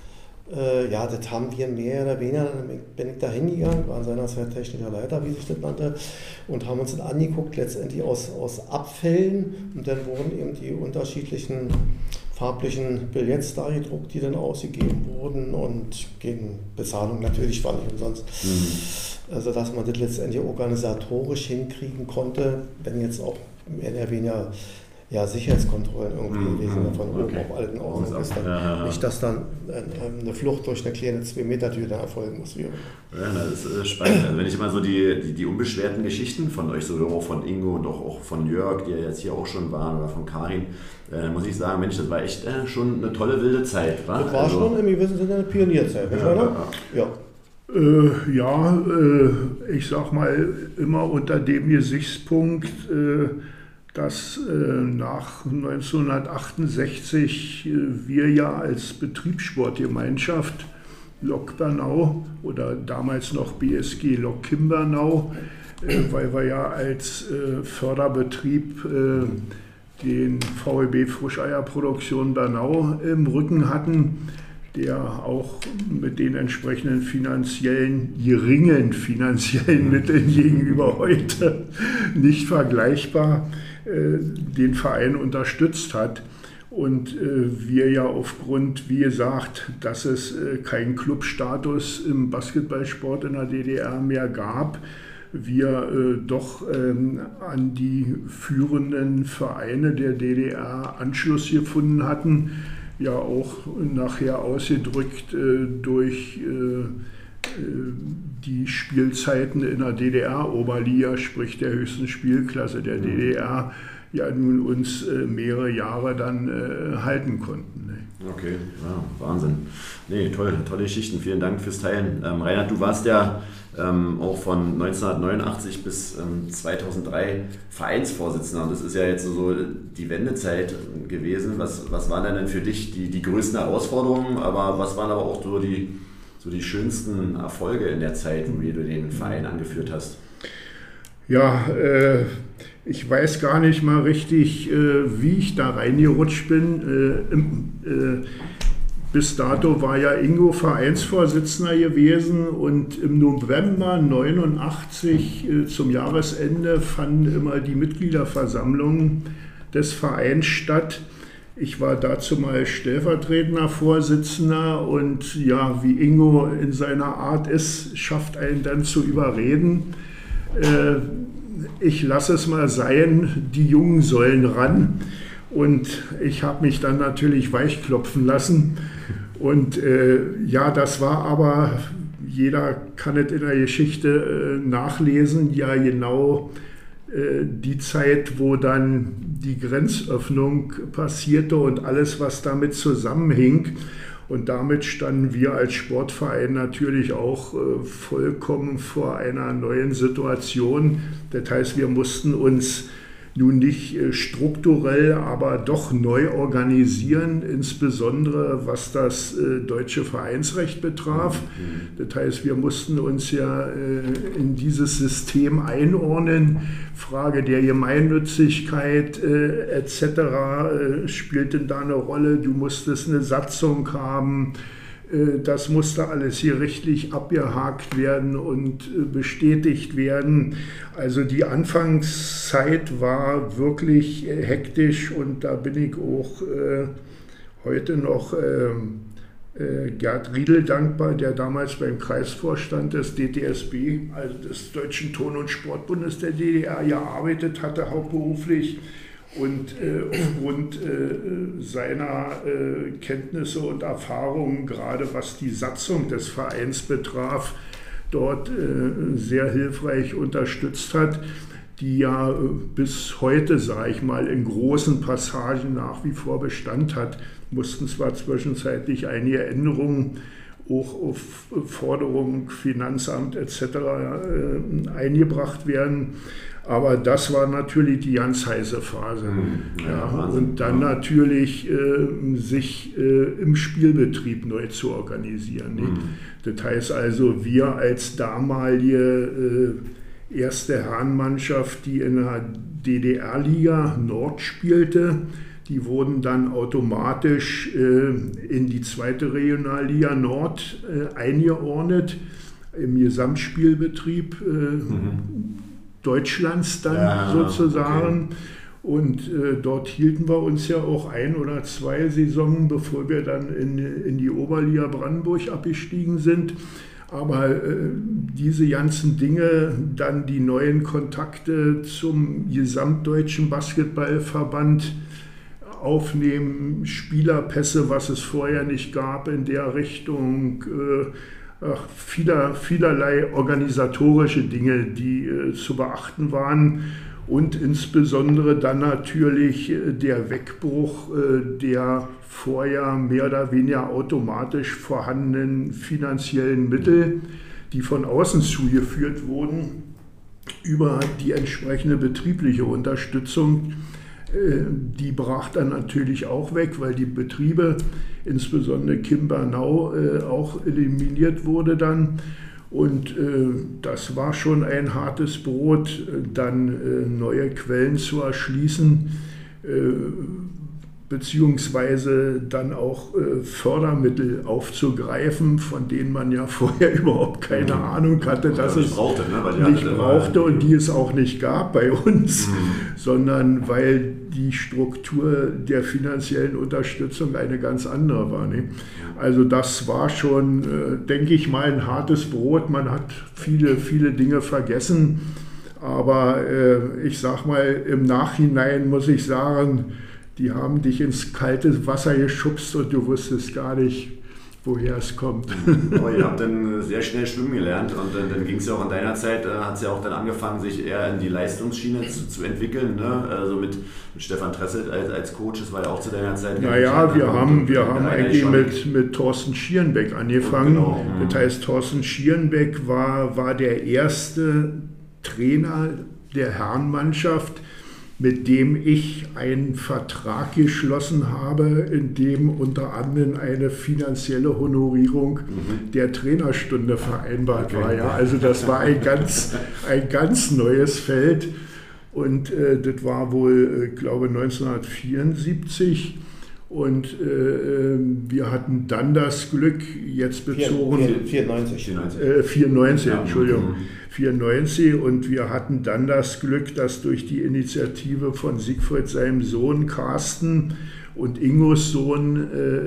[SPEAKER 3] Äh, ja, das haben wir mehr oder weniger, dann bin ich da hingegangen, war seinerzeit technischer Leiter, wie sich das nannte, und haben uns das angeguckt, letztendlich aus, aus Abfällen, und dann wurden eben die unterschiedlichen farblichen Billets da gedruckt, die dann ausgegeben wurden und gegen Bezahlung natürlich, war nicht umsonst. Mhm. Also dass man das letztendlich organisatorisch hinkriegen konnte, wenn jetzt auch mehr oder weniger ja, Sicherheitskontrollen irgendwie gewesen, mm, von oben okay. auf alten Außen ist. Dann ja, ja. Nicht, dass dann eine Flucht durch eine kleine zwei Meter Tür da erfolgen muss. Wie
[SPEAKER 4] ja, das ist spannend. Also wenn ich immer so die, die, die unbeschwerten Geschichten von euch, so auch von Ingo und auch, auch von Jörg, die ja jetzt hier auch schon waren, oder von Karin, äh, muss ich sagen, Mensch, das war echt äh, schon eine tolle wilde Zeit. Wa?
[SPEAKER 3] Das war also, schon im gewissen Sinne eine Pionierzeit,
[SPEAKER 4] ja,
[SPEAKER 3] oder?
[SPEAKER 4] Ja.
[SPEAKER 3] ja.
[SPEAKER 2] Äh, ja, äh, ich sag mal, immer unter dem Gesichtspunkt, äh, dass äh, nach neunzehnhundertachtundsechzig äh, wir ja als Betriebssportgemeinschaft Lok Bernau oder damals noch B S G Lok Kimbernau, äh, weil wir ja als äh, Förderbetrieb äh, den V E B Frischeierproduktion Bernau im Rücken hatten, der auch mit den entsprechenden finanziellen, geringen finanziellen Mitteln gegenüber heute nicht vergleichbar den Verein unterstützt hat. Und wir ja aufgrund, wie gesagt, dass es keinen Clubstatus im Basketballsport in der D D R mehr gab, wir doch an die führenden Vereine der D D R Anschluss gefunden hatten, ja auch nachher ausgedrückt äh, durch äh, die Spielzeiten in der D D R-Oberliga, sprich der höchsten Spielklasse der D D R, ja nun uns äh, mehrere Jahre dann äh, halten konnten. Ne?
[SPEAKER 4] Okay, ja, Wahnsinn. Nee, toll, tolle Geschichten. Vielen Dank fürs Teilen. Ähm, Reinhard, du warst ja ähm, auch von neunzehnhundertneunundachtzig bis ähm, zweitausenddrei Vereinsvorsitzender. Und das ist ja jetzt so die Wendezeit gewesen. Was, was waren denn für dich die, die größten Herausforderungen? Aber was waren aber auch so die, so die schönsten Erfolge in der Zeit, wie du den Verein angeführt hast?
[SPEAKER 2] Ja, äh, ich weiß gar nicht mal richtig, äh, wie ich da reingerutscht bin. Äh, im, äh, bis dato war ja Ingo Vereinsvorsitzender gewesen und im November neunundachtzig äh, zum Jahresende fanden immer die Mitgliederversammlungen des Vereins statt. Ich war dazu mal stellvertretender Vorsitzender und ja, wie Ingo in seiner Art ist, schafft einen dann zu überreden. Äh, ich lasse es mal sein, die Jungen sollen ran. Und ich habe mich dann natürlich weichklopfen lassen. Und äh, ja, das war aber, jeder kann es in der Geschichte äh, nachlesen, ja genau äh, die Zeit, wo dann die Grenzöffnung passierte und alles, was damit zusammenhing. Und damit standen wir als Sportverein natürlich auch äh, vollkommen vor einer neuen Situation. Das heißt, wir mussten uns nun nicht äh, strukturell, aber doch neu organisieren, insbesondere was das äh, deutsche Vereinsrecht betraf. Mhm. Das heißt, wir mussten uns ja äh, in dieses System einordnen. Frage der Gemeinnützigkeit äh, et cetera äh, spielte da eine Rolle. Du musstest eine Satzung haben. Das musste alles hier rechtlich abgehakt werden und bestätigt werden. Also die Anfangszeit war wirklich hektisch und da bin ich auch äh, heute noch äh, äh, Gerd Riedel dankbar, der damals beim Kreisvorstand des D T S B, also des Deutschen Turn- und Sportbundes der D D R, gearbeitet hatte, hauptberuflich. Und äh, aufgrund äh, seiner äh, Kenntnisse und Erfahrungen, gerade was die Satzung des Vereins betraf, dort äh, sehr hilfreich unterstützt hat, die ja äh, bis heute, sage ich mal, in großen Passagen nach wie vor Bestand hat. Mussten zwar zwischenzeitlich einige Änderungen auch auf Forderungen Finanzamt et cetera äh, eingebracht werden. Aber das war natürlich die ganz heiße Phase. Ja, ja, und dann natürlich äh, sich äh, im Spielbetrieb neu zu organisieren. Nicht? Mhm. Das heißt also, wir als damalige äh, erste Herrenmannschaft, die in der D D R-Liga Nord spielte, die wurden dann automatisch äh, in die zweite Regionalliga Nord äh, eingeordnet, im Gesamtspielbetrieb äh, mhm. Deutschlands dann ja, sozusagen. Okay. Und äh, dort hielten wir uns ja auch ein oder zwei Saisonen, bevor wir dann in, in die Oberliga Brandenburg abgestiegen sind. Aber äh, diese ganzen Dinge, dann die neuen Kontakte zum gesamtdeutschen Basketballverband aufnehmen, Spielerpässe, was es vorher nicht gab in der Richtung, äh, Ach, vieler, vielerlei organisatorische Dinge, die äh, zu beachten waren und insbesondere dann natürlich äh, der Wegbruch äh, der vorher mehr oder weniger automatisch vorhandenen finanziellen Mittel, die von außen zugeführt wurden, über die entsprechende betriebliche Unterstützung. Die brach dann natürlich auch weg, weil die Betriebe, insbesondere Kim-Bernau, äh, auch eliminiert wurde dann. Und äh, das war schon ein hartes Brot, dann äh, neue Quellen zu erschließen, äh, beziehungsweise dann auch äh, Fördermittel aufzugreifen, von denen man ja vorher überhaupt keine mhm. Ahnung hatte, dass es
[SPEAKER 4] brauchte, ne? Weil
[SPEAKER 2] nicht brauchte und die es auch nicht gab bei uns, mhm. sondern weil die Struktur der finanziellen Unterstützung eine ganz andere war. Ne? Also das war schon, äh, denke ich mal, ein hartes Brot. Man hat viele, viele Dinge vergessen, aber äh, ich sag mal, im Nachhinein muss ich sagen, die haben dich ins kalte Wasser geschubst und du wusstest gar nicht, woher es kommt.
[SPEAKER 4] Aber ihr habt dann sehr schnell schwimmen gelernt und dann, dann ging es ja auch in deiner Zeit, äh, hat es ja auch dann angefangen, sich eher in die Leistungsschiene zu, zu entwickeln, ne? Also mit, mit Stefan Tresselt als, als Coach, das war ja auch zu deiner Zeit.
[SPEAKER 2] Naja, wir haben, wir haben eigentlich mit, mit Thorsten Schierenbeck angefangen.
[SPEAKER 4] Genau.
[SPEAKER 2] Das heißt, Thorsten Schierenbeck war, war der erste Trainer der Herrenmannschaft, mit dem ich einen Vertrag geschlossen habe, in dem unter anderem eine finanzielle Honorierung mhm. der Trainerstunde vereinbart okay. war. Ja, also das war ein ganz, ein ganz neues Feld und äh, das war wohl, ich glaube, neunzehnhundertvierundsiebzig. Und äh, wir hatten dann das Glück, jetzt bezogen...
[SPEAKER 3] vierundneunzig.
[SPEAKER 2] Äh, vierundneunzig, ja. Entschuldigung. vierundneunzig. Und wir hatten dann das Glück, dass durch die Initiative von Siegfried, seinem Sohn Carsten, und Ingos Sohn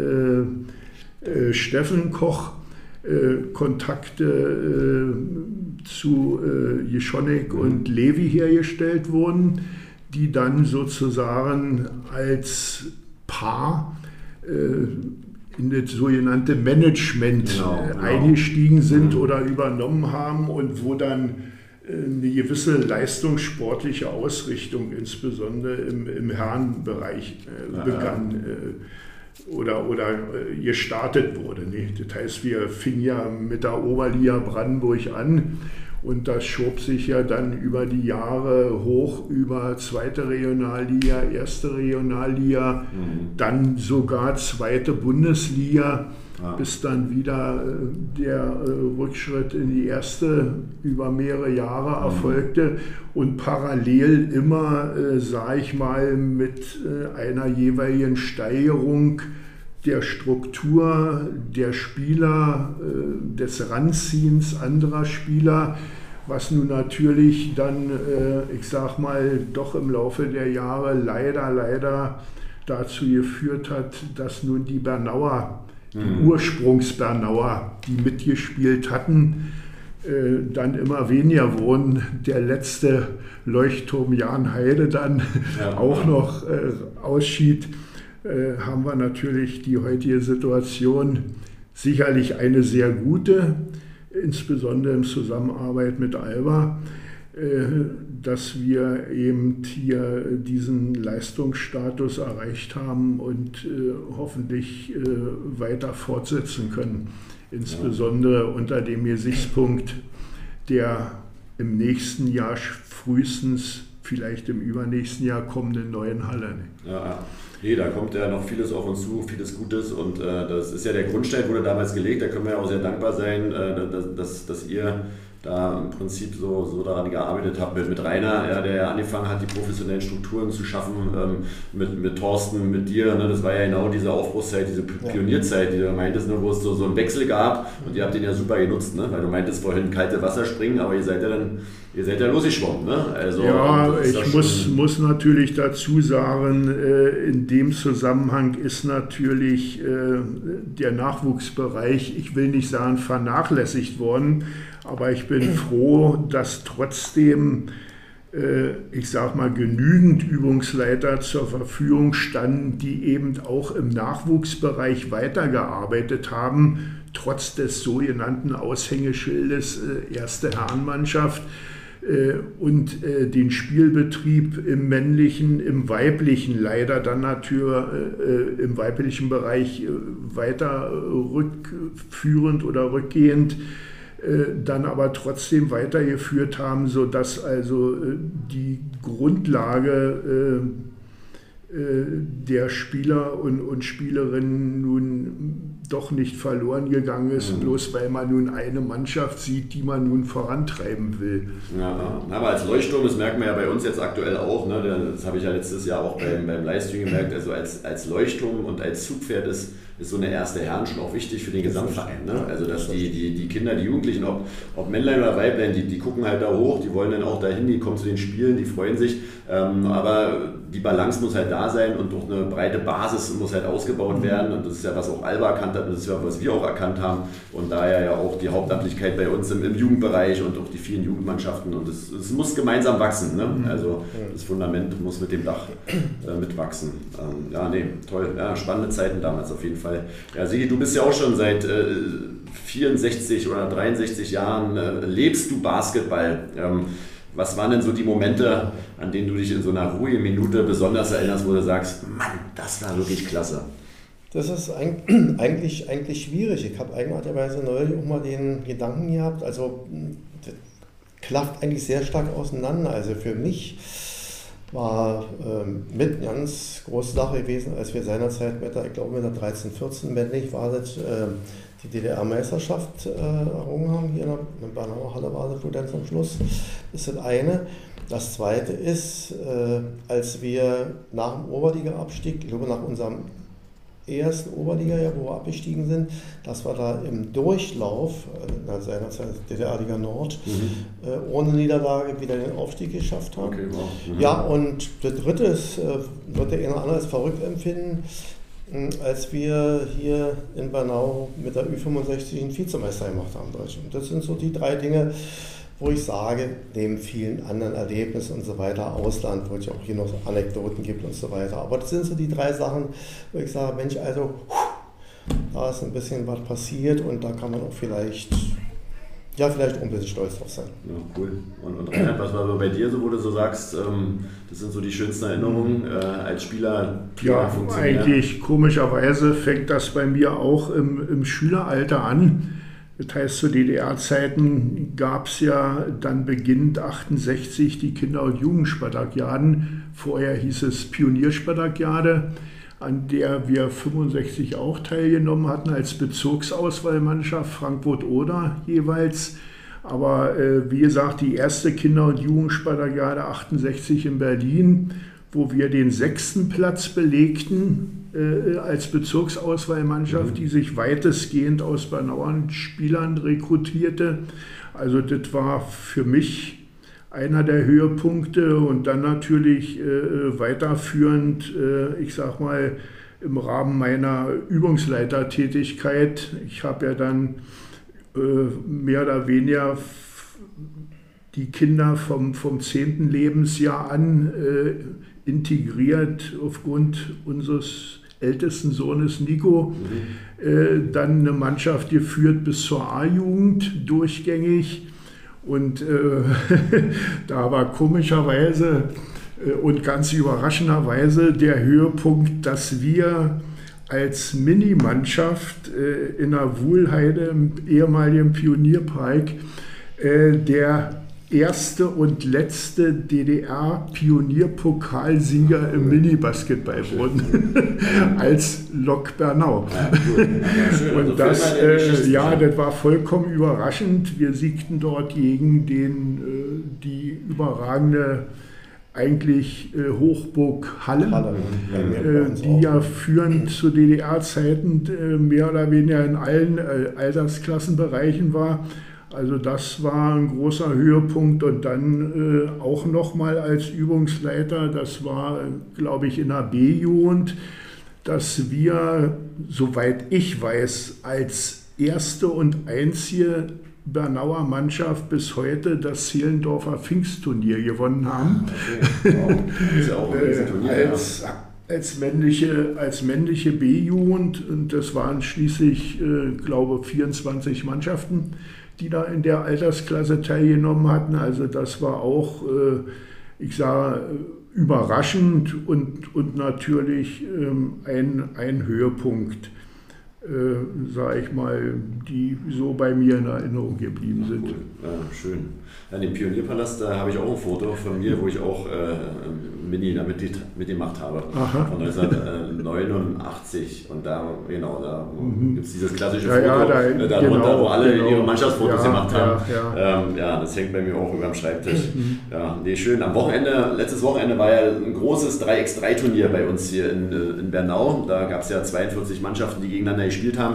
[SPEAKER 2] äh, äh, Steffen Koch äh, Kontakte äh, zu äh, Jeschonek und Levi hergestellt wurden, die dann sozusagen als Paar äh, in das sogenannte Management
[SPEAKER 4] genau, genau.
[SPEAKER 2] eingestiegen sind mhm. oder übernommen haben und wo dann äh, eine gewisse leistungssportliche Ausrichtung insbesondere im, im Herrenbereich äh, ja, begann äh, oder, oder äh, gestartet wurde. Ne? Das heißt, wir fingen ja mit der Oberliga Brandenburg an. Und das schob sich ja dann über die Jahre hoch über zweite Regionalliga, erste Regionalliga, mhm. dann sogar zweite Bundesliga, ah. bis dann wieder äh, der äh, Rückschritt in die erste über mehrere Jahre erfolgte. Mhm. Und parallel immer, äh, sage ich mal, mit äh, einer jeweiligen Steigerung der Struktur der Spieler, äh, des Ranziehens anderer Spieler, was nun natürlich dann, äh, ich sag mal, doch im Laufe der Jahre leider, leider dazu geführt hat, dass nun die Bernauer, die mhm. Ursprungs-Bernauer, die mitgespielt hatten, äh, dann immer weniger wurden. Der letzte Leuchtturm Jan Heide dann ja, auch ja. noch äh, ausschied. Äh, haben wir natürlich die heutige Situation sicherlich eine sehr gute, insbesondere in Zusammenarbeit mit Alba, äh, dass wir eben hier diesen Leistungsstatus erreicht haben und äh, hoffentlich äh, weiter fortsetzen können, insbesondere unter dem Gesichtspunkt der im nächsten Jahr frühestens, vielleicht im übernächsten Jahr kommenden neuen Halle.
[SPEAKER 4] Ja, ja. Nee, da kommt ja noch vieles auf uns zu, vieles Gutes und äh, das ist ja der Grundstein, wurde damals gelegt, da können wir ja auch sehr dankbar sein, äh, dass, dass, dass ihr da im Prinzip so, so daran gearbeitet habt mit, mit Rainer, ja, der ja angefangen hat, die professionellen Strukturen zu schaffen, ähm, mit, mit Thorsten, mit dir, ne, das war ja genau diese Aufbruchszeit, diese Pionierzeit, die du meintest, ne, wo es so, so einen Wechsel gab und ihr habt den ja super genutzt, ne, weil du meintest vorhin kalte Wasser springen, aber ihr seid ja dann Ihr seid ja losgeschwommen, ne? Also,
[SPEAKER 2] ja, ich muss, muss natürlich dazu sagen, äh, in dem Zusammenhang ist natürlich äh, der Nachwuchsbereich, ich will nicht sagen vernachlässigt worden, aber ich bin froh, dass trotzdem, äh, ich sag mal, genügend Übungsleiter zur Verfügung standen, die eben auch im Nachwuchsbereich weitergearbeitet haben, trotz des sogenannten Aushängeschildes äh, erste Herrenmannschaft. Und äh, den Spielbetrieb im männlichen, im weiblichen leider dann natürlich äh, im weiblichen Bereich äh, weiter rückführend oder rückgehend äh, dann aber trotzdem weitergeführt haben, sodass also äh, die Grundlage äh, äh, der Spieler und, und Spielerinnen nun doch nicht verloren gegangen ist, mhm. bloß weil man nun eine Mannschaft sieht, die man nun vorantreiben will.
[SPEAKER 4] Ja, aber als Leuchtturm, das merkt man ja bei uns jetzt aktuell auch, ne, das habe ich ja letztes Jahr auch beim, beim Livestream gemerkt, also als, als Leuchtturm und als Zugpferd ist, ist so eine erste Herren schon auch wichtig für den Gesamtverein. Ne? Also dass die, die, die Kinder, die Jugendlichen, ob, ob Männlein oder Weiblein, die, die gucken halt da hoch, die wollen dann auch dahin, die kommen zu den Spielen, die freuen sich, ähm, aber die Balance muss halt da sein und auch eine breite Basis muss halt ausgebaut werden. Und das ist ja, was auch Alba erkannt hat, das ist ja, was wir auch erkannt haben. Und daher ja auch die Hauptamtlichkeit bei uns im, im Jugendbereich und auch die vielen Jugendmannschaften. Und es, es muss gemeinsam wachsen. Ne? Also das Fundament muss mit dem Dach äh, mitwachsen. Ähm, ja, nee, toll. Ja, spannende Zeiten damals auf jeden Fall. Ja, Sigi, du bist ja auch schon seit äh, vierundsechzig oder dreiundsechzig Jahren, äh, lebst du Basketball. Ähm, Was waren denn so die Momente, an denen du dich in so einer ruhigen Minute besonders erinnerst, wo du sagst, Mann, das war wirklich klasse?
[SPEAKER 3] Das ist eigentlich, eigentlich schwierig. Ich habe eigenartigerweise neulich auch mal den Gedanken gehabt, also das klafft eigentlich sehr stark auseinander. Also für mich war ähm, mit eine ganz große Sache gewesen, als wir seinerzeit mit der, ich glaube mit der dreizehn vierzehn männlich war das, äh, die D D R-Meisterschaft äh, errungen haben, hier in der, in der Bernauer Halle war das wohl dann zum Schluss. Das ist das eine. Das zweite ist, äh, als wir nach dem Oberliga-Abstieg, ich glaube nach unserem ersten Oberliga-Jahr, wo wir abgestiegen sind, dass wir da im Durchlauf, äh, seinerzeit D D R-Liga Nord, mhm. äh, ohne Niederlage wieder den Aufstieg geschafft haben. Okay, wow. Mhm. Ja, und das dritte ist, äh, wird der eine oder andere als verrückt empfinden, als wir hier in Bernau mit der Ü fünfundsechzig einen Vizemeister gemacht haben in Deutschland. Das sind so die drei Dinge, wo ich sage, neben vielen anderen Erlebnissen und so weiter, Ausland, wo es ja auch hier noch Anekdoten gibt und so weiter. Aber das sind so die drei Sachen, wo ich sage, Mensch, also da ist ein bisschen was passiert und da kann man auch vielleicht, ja, vielleicht auch ein bisschen stolz drauf sein.
[SPEAKER 4] Ja, cool. Und, und Reinhard, was war so bei dir so, wo du so sagst, ähm, das sind so die schönsten Erinnerungen äh, als Spieler?
[SPEAKER 2] Ja, eigentlich komischerweise fängt das bei mir auch im, im Schüleralter an. Das heißt, zu D D R-Zeiten gab es ja dann beginnend achtundsechzig die Kinder- und Jugendspartakiaden. Vorher hieß es Pionierspartakiade, an der wir fünfundsechzig auch teilgenommen hatten als Bezirksauswahlmannschaft Frankfurt-Oder jeweils. Aber äh, wie gesagt, die erste Kinder- und Jugendspartakiade achtundsechzig in Berlin, wo wir den sechsten Platz belegten äh, als Bezirksauswahlmannschaft, mhm. die sich weitestgehend aus Bernauern Spielern rekrutierte. Also das war für mich einer der Höhepunkte und dann natürlich äh, weiterführend, äh, ich sag mal, im Rahmen meiner Übungsleitertätigkeit. Ich habe ja dann äh, mehr oder weniger die Kinder vom, vom zehnten Lebensjahr an äh, integriert aufgrund unseres ältesten Sohnes Nico, mhm. äh, dann eine Mannschaft geführt bis zur A-Jugend durchgängig. Und äh, da war komischerweise äh, und ganz überraschenderweise der Höhepunkt, dass wir als Minimannschaft äh, in der Wuhlheide, im ehemaligen Pionierpark, äh, der erste und letzte D D R-Pionierpokalsieger im Minibasketball wurden, als Lok Bernau. Ja, cool. Ja, schön. Und also das, äh, ja, das war vollkommen überraschend. Wir siegten dort gegen den, äh, die überragende eigentlich äh, Hochburg Halle, Halle äh, die ja führend zu D D R-Zeiten äh, mehr oder weniger in allen äh, Altersklassenbereichen war. Also das war ein großer Höhepunkt und dann äh, auch nochmal als Übungsleiter, das war, glaube ich, in der B-Jugend, dass wir, soweit ich weiß, als erste und einzige Bernauer Mannschaft bis heute das Zehlendorfer Pfingstturnier gewonnen haben. Okay. Wow. Das ist ja auch ein Turnier, als, ja. als männliche, als männliche B-Jugend und das waren schließlich, äh, glaube vierundzwanzig Mannschaften, die da in der Altersklasse teilgenommen hatten. Also das war auch, äh, ich sage, überraschend und, und natürlich ähm, ein, ein Höhepunkt, äh, sage ich mal, die so bei mir in Erinnerung geblieben sind.
[SPEAKER 4] Cool. Ja, schön. Ja, den Pionierpalast, da habe ich auch ein Foto von mir, wo ich auch äh, Mini damit mitgemacht habe. Aha. Von neunzehnhundertneunundachtzig. Und da, genau, da mhm. gibt es dieses klassische ja, Foto, ja, da, äh, darunter, genau, wo alle genau. ihre Mannschaftsfotos ja, gemacht haben. Ja, ja. Ähm, ja, das hängt bei mir auch über dem Schreibtisch. Mhm. Ja, nee, schön. Am Wochenende, letztes Wochenende war ja ein großes drei gegen drei Turnier bei uns hier in, in Bernau. Da gab es ja zweiundvierzig Mannschaften, die gegeneinander gespielt haben.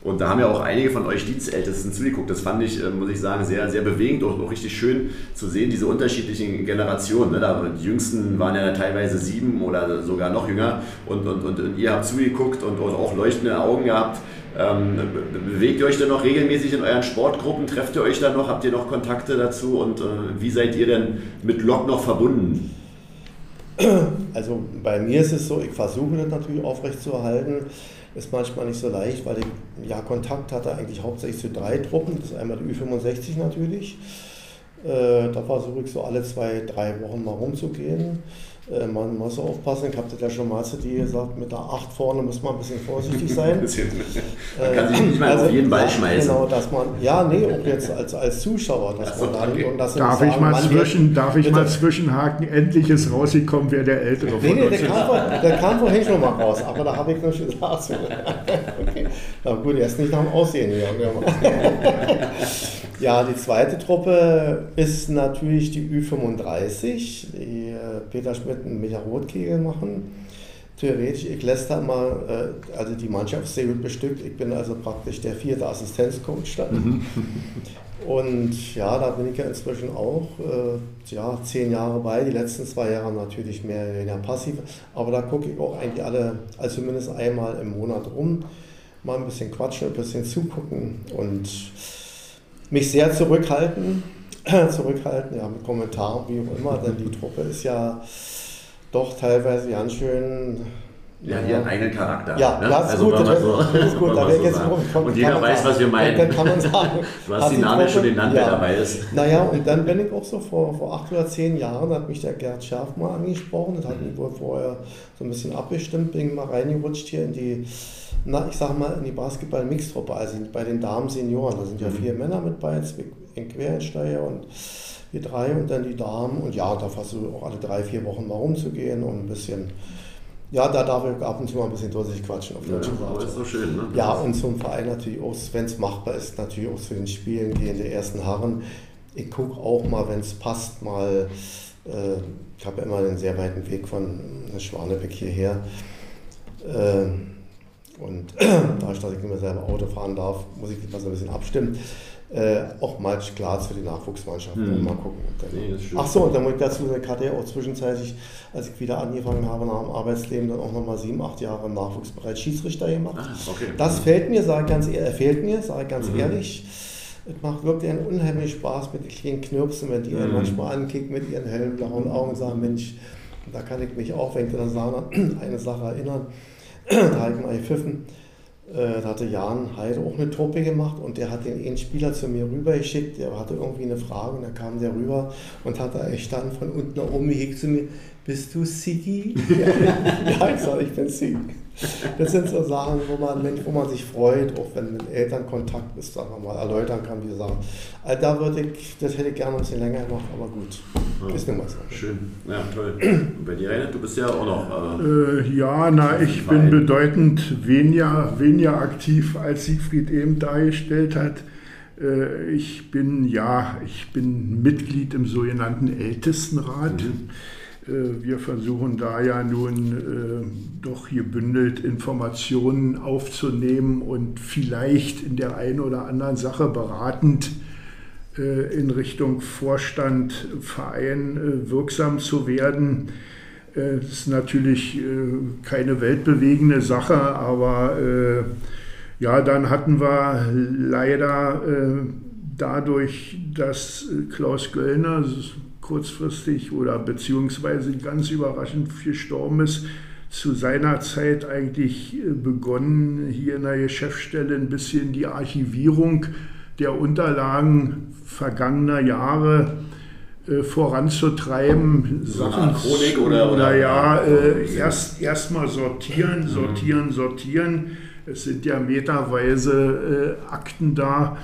[SPEAKER 4] Und da haben ja auch einige von euch Dienstältesten zugeguckt. Das fand ich, muss ich sagen, sehr, sehr bewegend und auch richtig schön zu sehen, diese unterschiedlichen Generationen. Ne? Da, die Jüngsten waren ja teilweise sieben oder sogar noch jünger und, und, und, und ihr habt zugeguckt und, und auch leuchtende Augen gehabt. Ähm, bewegt ihr euch denn noch regelmäßig in euren Sportgruppen? Trefft ihr euch da noch? Habt ihr noch Kontakte dazu? Und äh, wie seid ihr denn mit Lok noch verbunden?
[SPEAKER 3] Also bei mir ist es so, ich versuche das natürlich aufrechtzuerhalten. Ist manchmal nicht so leicht, weil ich ja Kontakt hatte eigentlich hauptsächlich zu drei Truppen. Das ist einmal die Ü fünfundsechzig natürlich. Äh, da versuche ich so alle zwei, drei Wochen mal rumzugehen. Äh, man muss aufpassen, ich habe das ja schon mal zu dir gesagt, mit der acht vorne muss man ein bisschen vorsichtig sein.
[SPEAKER 4] Man kann sich nicht mal also, auf jeden Ball
[SPEAKER 3] ja,
[SPEAKER 4] schmeißen.
[SPEAKER 3] Genau, dass man, ja, nee, auch jetzt als, als Zuschauer, dass
[SPEAKER 4] so,
[SPEAKER 3] man dann,
[SPEAKER 4] okay.
[SPEAKER 3] und dass
[SPEAKER 2] Darf
[SPEAKER 3] sagen,
[SPEAKER 2] ich mal zwischen, darf ich
[SPEAKER 3] bitte.
[SPEAKER 2] mal zwischenhaken, endlich ist rausgekommen, wer der Ältere
[SPEAKER 3] Nee,
[SPEAKER 2] von
[SPEAKER 3] nee,
[SPEAKER 2] uns
[SPEAKER 3] der kam, vor, der kam vorhin schon mal raus, aber da habe ich nur schon gesagt. Okay. Na gut, er ist nicht nach dem Aussehen hier. Ja, die zweite Truppe ist natürlich die Ü fünfunddreißig, die äh, Peter Schmidt und Micha Rotkegel machen. Theoretisch, ich lässt da mal, äh, also die Mannschaft ist sehr gut bestückt, ich bin also praktisch der vierte Assistenzcoach da. Und ja, da bin ich ja inzwischen auch äh, ja, zehn Jahre bei, die letzten zwei Jahre natürlich mehr oder weniger passiv, aber da gucke ich auch eigentlich alle, also zumindest einmal im Monat rum, mal ein bisschen quatschen, ein bisschen zugucken und mich sehr zurückhalten, zurückhalten, ja, mit Kommentaren, wie auch immer, denn die Truppe ist ja doch teilweise ganz schön...
[SPEAKER 4] Ja, die hat einen Charakter.
[SPEAKER 3] Ja,
[SPEAKER 4] ne?
[SPEAKER 3] das ist
[SPEAKER 4] also,
[SPEAKER 3] gut, das,
[SPEAKER 4] so,
[SPEAKER 3] das ist gut, da
[SPEAKER 4] so
[SPEAKER 3] jetzt
[SPEAKER 4] kommt, und jeder weiß, was wir meinen.
[SPEAKER 3] Dann kann man sagen,
[SPEAKER 4] du hast die Namen schon genannt, wer dabei ist.
[SPEAKER 3] Naja, und dann bin ich auch so vor, vor acht oder zehn Jahren, hat mich der Gerd Scherf mal angesprochen, das hat mich wohl vorher so ein bisschen abgestimmt, bin ich mal reingerutscht hier in die, na, ich sag mal, in die Basketball-Mixtruppe, also bei den Damen-Senioren, da sind ja vier Männer mit bei, ein Quereinsteiger und wir drei und dann die Damen und ja, da versuche ich auch alle drei, vier Wochen mal rumzugehen und ein bisschen... Ja, da darf ich ab und zu mal ein bisschen durch quatschen. Auf
[SPEAKER 4] ja, aber das ist so schön, ne?
[SPEAKER 3] Ja, und zum Verein natürlich auch, wenn es machbar ist, natürlich auch zu den Spielen gehen, die ersten Herren. Ich gucke auch mal, wenn es passt, mal, äh, ich habe ja immer einen sehr weiten Weg von Schwanebeck hierher. Äh, und da ich, dass ich nicht mehr selber Auto fahren darf, muss ich mich mal so ein bisschen abstimmen. Äh, auch mal klar zu den Nachwuchsmannschaften
[SPEAKER 4] hm.
[SPEAKER 3] mal gucken.
[SPEAKER 4] Nee,
[SPEAKER 3] Ach so, und dann muss ich dazu, ich hatte ja auch zwischenzeitlich, als ich wieder angefangen habe nach dem Arbeitsleben, dann auch nochmal sieben, acht Jahre im Nachwuchsbereich Schiedsrichter gemacht.
[SPEAKER 4] Ah, okay.
[SPEAKER 3] Das fällt mir, sage ich ganz ehrlich, fehlt mir, sage ich ganz
[SPEAKER 4] mhm.
[SPEAKER 3] ehrlich. Es macht wirklich einen unheimlichen Spaß mit den kleinen Knirpsen, wenn die mhm. einen manchmal ankicken mit ihren hellen blauen Augen und sagen, Mensch, da kann ich mich auch, wenn ich dann sagen, an eine Sache erinnern, da habe ich mal gepfiffen. Da hatte Jan Heide auch eine Truppe gemacht und der hat den einen Spieler zu mir rübergeschickt, der hatte irgendwie eine Frage und dann kam der rüber und hat da echt dann von unten nach oben gehegt zu mir, bist du Siggi? Ja, ja, ich sage, ich bin Siggi. Das sind so Sachen, wo man, wo man sich freut, auch wenn mit Eltern Kontakt ist, sagen wir mal, erläutern kann, wie sie sagen. Also da würde ich, das hätte ich gerne ein bisschen länger gemacht, aber gut,
[SPEAKER 4] ja,
[SPEAKER 3] ist nicht mal so.
[SPEAKER 4] Schön, ja toll. Und bei dir, Reinhard, du bist ja auch noch...
[SPEAKER 2] Äh, äh, ja, na, ich bin bedeutend weniger, weniger aktiv, als Siegfried eben dargestellt hat. Äh, ich bin, ja, ich bin Mitglied im sogenannten Ältestenrat. Mhm. Wir versuchen da ja nun äh, doch gebündelt Informationen aufzunehmen und vielleicht in der einen oder anderen Sache beratend äh, in Richtung Vorstand, Verein äh, wirksam zu werden. Äh, das ist natürlich äh, keine weltbewegende Sache, aber äh, ja, dann hatten wir leider äh, dadurch, dass Klaus Göllner kurzfristig oder beziehungsweise ganz überraschend gestorben ist, zu seiner Zeit eigentlich begonnen, hier in der Geschäftsstelle ein bisschen die Archivierung der Unterlagen vergangener Jahre äh, voranzutreiben.
[SPEAKER 4] So eine Art Chronik oder? oder
[SPEAKER 2] Naja, äh, erst erstmal sortieren, sortieren, sortieren. Es sind ja meterweise äh, Akten da.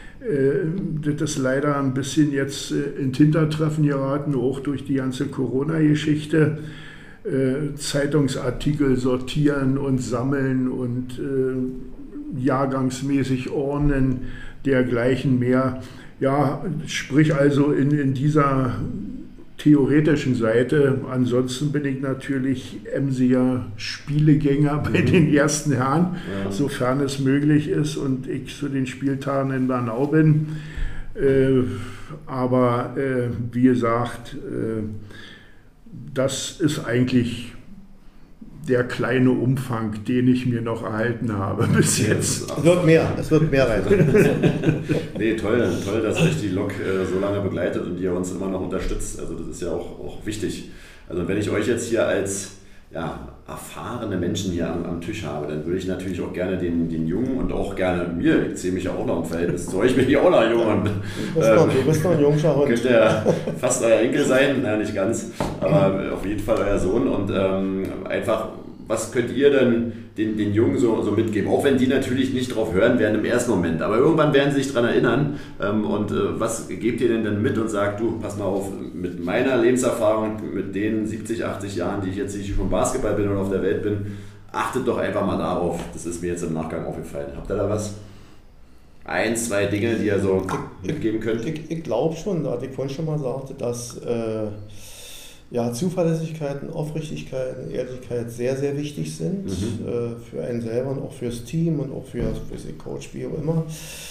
[SPEAKER 2] Das ist leider ein bisschen jetzt ins Hintertreffen geraten, auch durch die ganze Corona-Geschichte. Zeitungsartikel sortieren und sammeln und jahrgangsmäßig ordnen, dergleichen mehr. Ja, sprich also in, in dieser theoretischen Seite. Ansonsten bin ich natürlich emsiger Spielegänger bei mhm. den ersten Herren, ja. sofern es möglich ist und ich zu den Spieltagen in Bernau bin. Äh, aber äh, wie gesagt, äh, das ist eigentlich der kleine Umfang, den ich mir noch erhalten habe bis jetzt.
[SPEAKER 3] Es wird mehr, es wird mehr rein.
[SPEAKER 4] Nee, toll, toll, dass euch die Lok äh, so lange begleitet und ihr uns immer noch unterstützt. Also das ist ja auch, auch wichtig. Also wenn ich euch jetzt hier als ja, erfahrene Menschen hier am, am Tisch habe, dann würde ich natürlich auch gerne den, den Jungen und auch gerne mir, ich zähle mich ja auch noch im Verhältnis zu euch, bin ich auch noch jung. Und,
[SPEAKER 3] du, bist noch, du bist noch ein junger Hund.
[SPEAKER 4] Könnte ja fast euer Enkel sein, nein, nicht ganz, aber auf jeden Fall euer Sohn. Und ähm, einfach, was könnt ihr denn den, den Jungen so, so mitgeben? Auch wenn die natürlich nicht drauf hören werden im ersten Moment, aber irgendwann werden sie sich daran erinnern. Ähm, und äh, was gebt ihr denn dann mit und sagt, du, pass mal auf, mit meiner Lebenserfahrung, mit den siebzig, achtzig Jahren, die ich jetzt nicht schon Basketball bin oder auf der Welt bin, achtet doch einfach mal darauf. Das ist mir jetzt im Nachgang aufgefallen. Habt ihr da was? Ein, zwei Dinge, die ihr so ich, mitgeben könnt?
[SPEAKER 3] Ich, ich, ich glaube schon, da ich vorhin schon mal sagte, dass äh, ja, Zuverlässigkeit, Aufrichtigkeit, Ehrlichkeit sehr, sehr wichtig sind, mhm. äh, für einen selber und auch fürs Team und auch für, für den Coach, wie auch immer.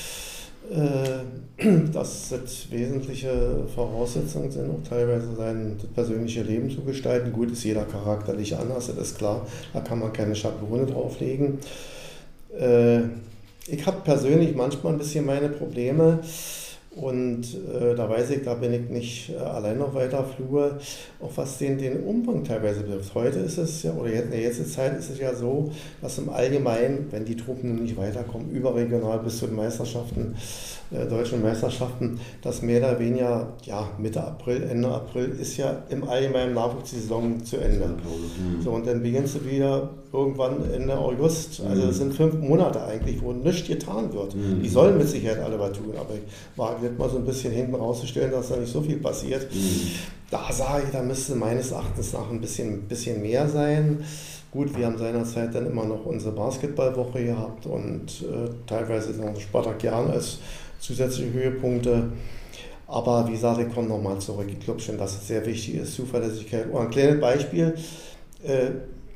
[SPEAKER 3] Äh, das sind wesentliche Voraussetzungen, sind auch teilweise sein persönliche Leben zu gestalten. Gut, ist jeder charakterlich anders, das ist klar, da kann man keine Schablone drauflegen. Äh, ich habe persönlich manchmal ein bisschen meine Probleme. Und äh, da weiß ich, da bin ich nicht äh, allein auf weiter Flur, auch was den, den Umfang teilweise betrifft. Heute ist es ja, oder jetzt, in der jetzigen Zeit ist es ja so, dass im Allgemeinen, wenn die Truppen nicht weiterkommen, überregional bis zu den Meisterschaften, äh, deutschen Meisterschaften, dass mehr oder weniger, ja, Mitte April, Ende April ist ja im Allgemeinen Nachwuchssaison zu Ende. Mhm. So, und dann beginnst du wieder irgendwann Ende August. Also es sind fünf Monate eigentlich, wo nichts getan wird. Mhm. Die sollen mit Sicherheit alle was tun, aber ich wage nicht mal so ein bisschen hinten rauszustellen, dass da nicht so viel passiert. Mhm. Da sage ich, da müsste meines Erachtens nach ein bisschen, bisschen mehr sein. Gut, wir haben seinerzeit dann immer noch unsere Basketballwoche gehabt und äh, teilweise noch Spartakian als zusätzliche Höhepunkte. Aber wie gesagt, ich komme nochmal zurück. Ich glaube schon, dass es sehr wichtig ist, Zuverlässigkeit. Und ein kleines Beispiel. Äh,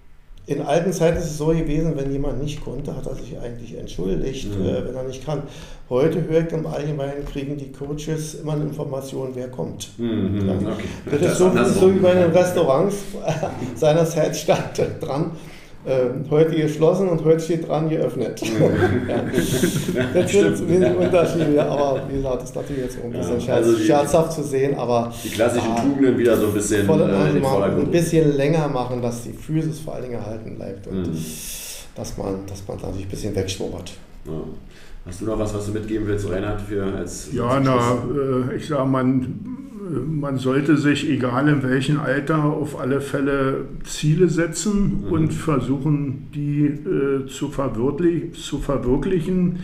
[SPEAKER 3] In alten Zeiten ist es so gewesen, wenn jemand nicht konnte, hat er sich eigentlich entschuldigt, mhm. äh, wenn er nicht kann. Heute höre ich im Allgemeinen, kriegen die Coaches immer eine Information, wer kommt. Mhm. Ja. Okay. Das, das ist so, das so wie bei den Restaurants. Seinerzeit stand dran, äh, heute geschlossen und heute steht dran, geöffnet. Mhm. Ja. Das sind wenig Unterschiede, aber wie gesagt, das ist natürlich jetzt ein bisschen ja, also die, scherzhaft zu sehen. Aber
[SPEAKER 4] die klassischen ja, Tugenden wieder so ein bisschen
[SPEAKER 3] voll, äh, in den Vordergrund. Ein bisschen länger machen, dass die Physis vor allen Dingen erhalten bleibt und mhm. dass man, dass man natürlich ein bisschen wegschwummert.
[SPEAKER 4] Ja. Hast du noch was, was du mitgeben willst, Reinhard, für als
[SPEAKER 2] Ja, als na, äh, ich sage, man, man sollte sich, egal in welchem Alter, auf alle Fälle Ziele setzen mhm. und versuchen, die äh, zu, verwirklich, zu verwirklichen.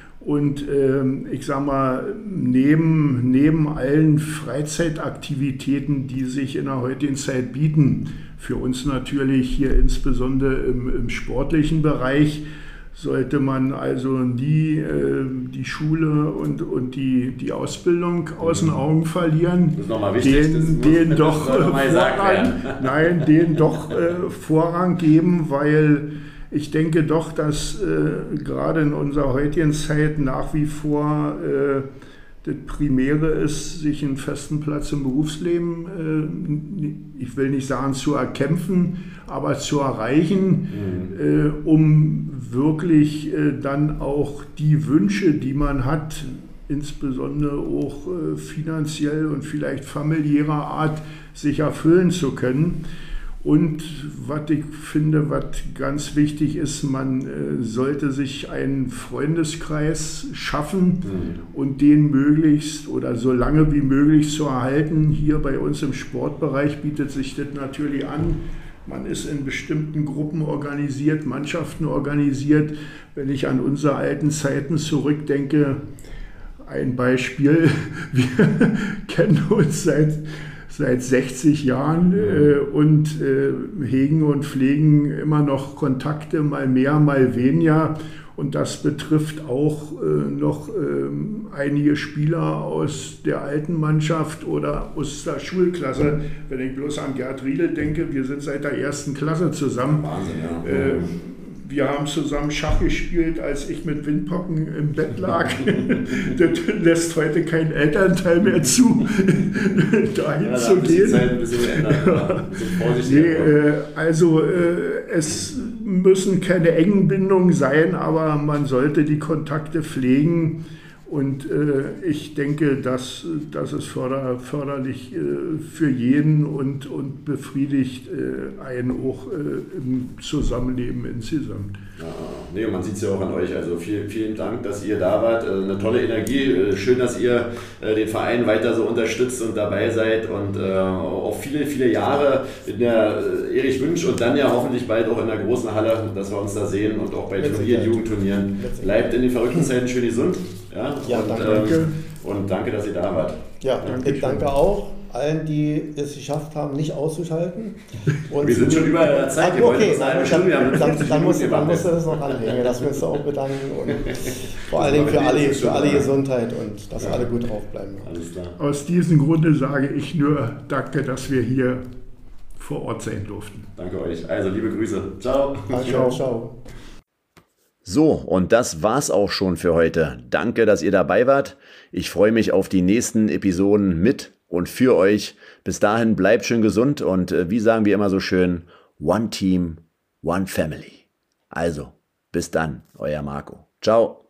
[SPEAKER 2] Und äh, ich sage mal, neben, neben allen Freizeitaktivitäten, die sich in der heutigen Zeit bieten, für uns natürlich hier insbesondere im, im sportlichen Bereich, sollte man also nie äh, die Schule und, und die, die Ausbildung aus den Augen verlieren. Das ist nochmal wichtig. Den, das den muss, doch, das äh, Vorrang, nein, den doch äh, Vorrang geben, weil ich denke doch, dass äh, gerade in unserer heutigen Zeit nach wie vor äh, das Primäre ist, sich einen festen Platz im Berufsleben, äh, ich will nicht sagen zu erkämpfen, aber zu erreichen, mhm. äh, um wirklich äh, dann auch die Wünsche, die man hat, insbesondere auch äh, finanziell und vielleicht familiärer Art, sich erfüllen zu können. Und was ich finde, was ganz wichtig ist, man äh, sollte sich einen Freundeskreis schaffen mhm. und den möglichst oder so lange wie möglich zu erhalten. Hier bei uns im Sportbereich bietet sich das natürlich an. Man ist in bestimmten Gruppen organisiert, Mannschaften organisiert. Wenn ich an unsere alten Zeiten zurückdenke, ein Beispiel, wir kennen uns seit... seit sechzig Jahren äh, und äh, hegen und pflegen immer noch Kontakte, mal mehr, mal weniger. Und das betrifft auch äh, noch ähm, einige Spieler aus der alten Mannschaft oder aus der Schulklasse. Wenn ich bloß an Gerd Riedel denke, wir sind seit der ersten Klasse zusammen.
[SPEAKER 4] Wahnsinn, ja.
[SPEAKER 2] Äh, wir haben zusammen Schach gespielt, als ich mit Windpocken im Bett lag. Das lässt heute kein Elternteil mehr zu, dahin
[SPEAKER 4] ja,
[SPEAKER 2] zu
[SPEAKER 4] da
[SPEAKER 2] gehen.
[SPEAKER 4] Die Zeit ein bisschen geändert, ja. Ein bisschen vorsichtiger.
[SPEAKER 2] Nee, äh, also äh, es müssen keine engen Bindungen sein, aber man sollte die Kontakte pflegen. Und äh, ich denke, dass das ist förder, förderlich äh, für jeden und, und befriedigt äh, einen auch äh, im Zusammenleben insgesamt.
[SPEAKER 4] Ja, nee, man sieht es ja auch an euch. Also viel, vielen Dank, dass ihr da wart. Eine tolle Energie. Schön, dass ihr den Verein weiter so unterstützt und dabei seid und äh, auch viele, viele Jahre in der Erich Wünsch und dann ja hoffentlich bald auch in der großen Halle, dass wir uns da sehen und auch bei Turnieren, Jugendturnieren. Bleibt in den verrückten Zeiten schön gesund. Ja,
[SPEAKER 3] ja
[SPEAKER 4] und,
[SPEAKER 3] danke.
[SPEAKER 4] Ähm, und danke, dass ihr da wart.
[SPEAKER 3] Ja, danke ich danke auch allen, die es geschafft haben, nicht auszuschalten. Und
[SPEAKER 4] wir sind schon über der Zeit.
[SPEAKER 3] Ah, okay, dann,
[SPEAKER 4] Stunde,
[SPEAKER 3] dann, dann, dann, musst, dann musst du das noch anhängen. Das willst du auch bedanken. Und vor allen Dingen für alle, für alle Gesundheit und dass ja. alle gut draufbleiben.
[SPEAKER 4] Alles klar.
[SPEAKER 2] Aus diesem Grunde sage ich nur Danke, dass wir hier vor Ort sein durften.
[SPEAKER 4] Danke euch. Also liebe Grüße. Ciao.
[SPEAKER 3] Danke, ciao. ciao.
[SPEAKER 1] So, und das war's auch schon für heute. Danke, dass ihr dabei wart. Ich freue mich auf die nächsten Episoden mit und für euch. Bis dahin bleibt schön gesund und äh, wie sagen wir immer so schön, One Team, One Family. Also, bis dann, euer Marco. Ciao.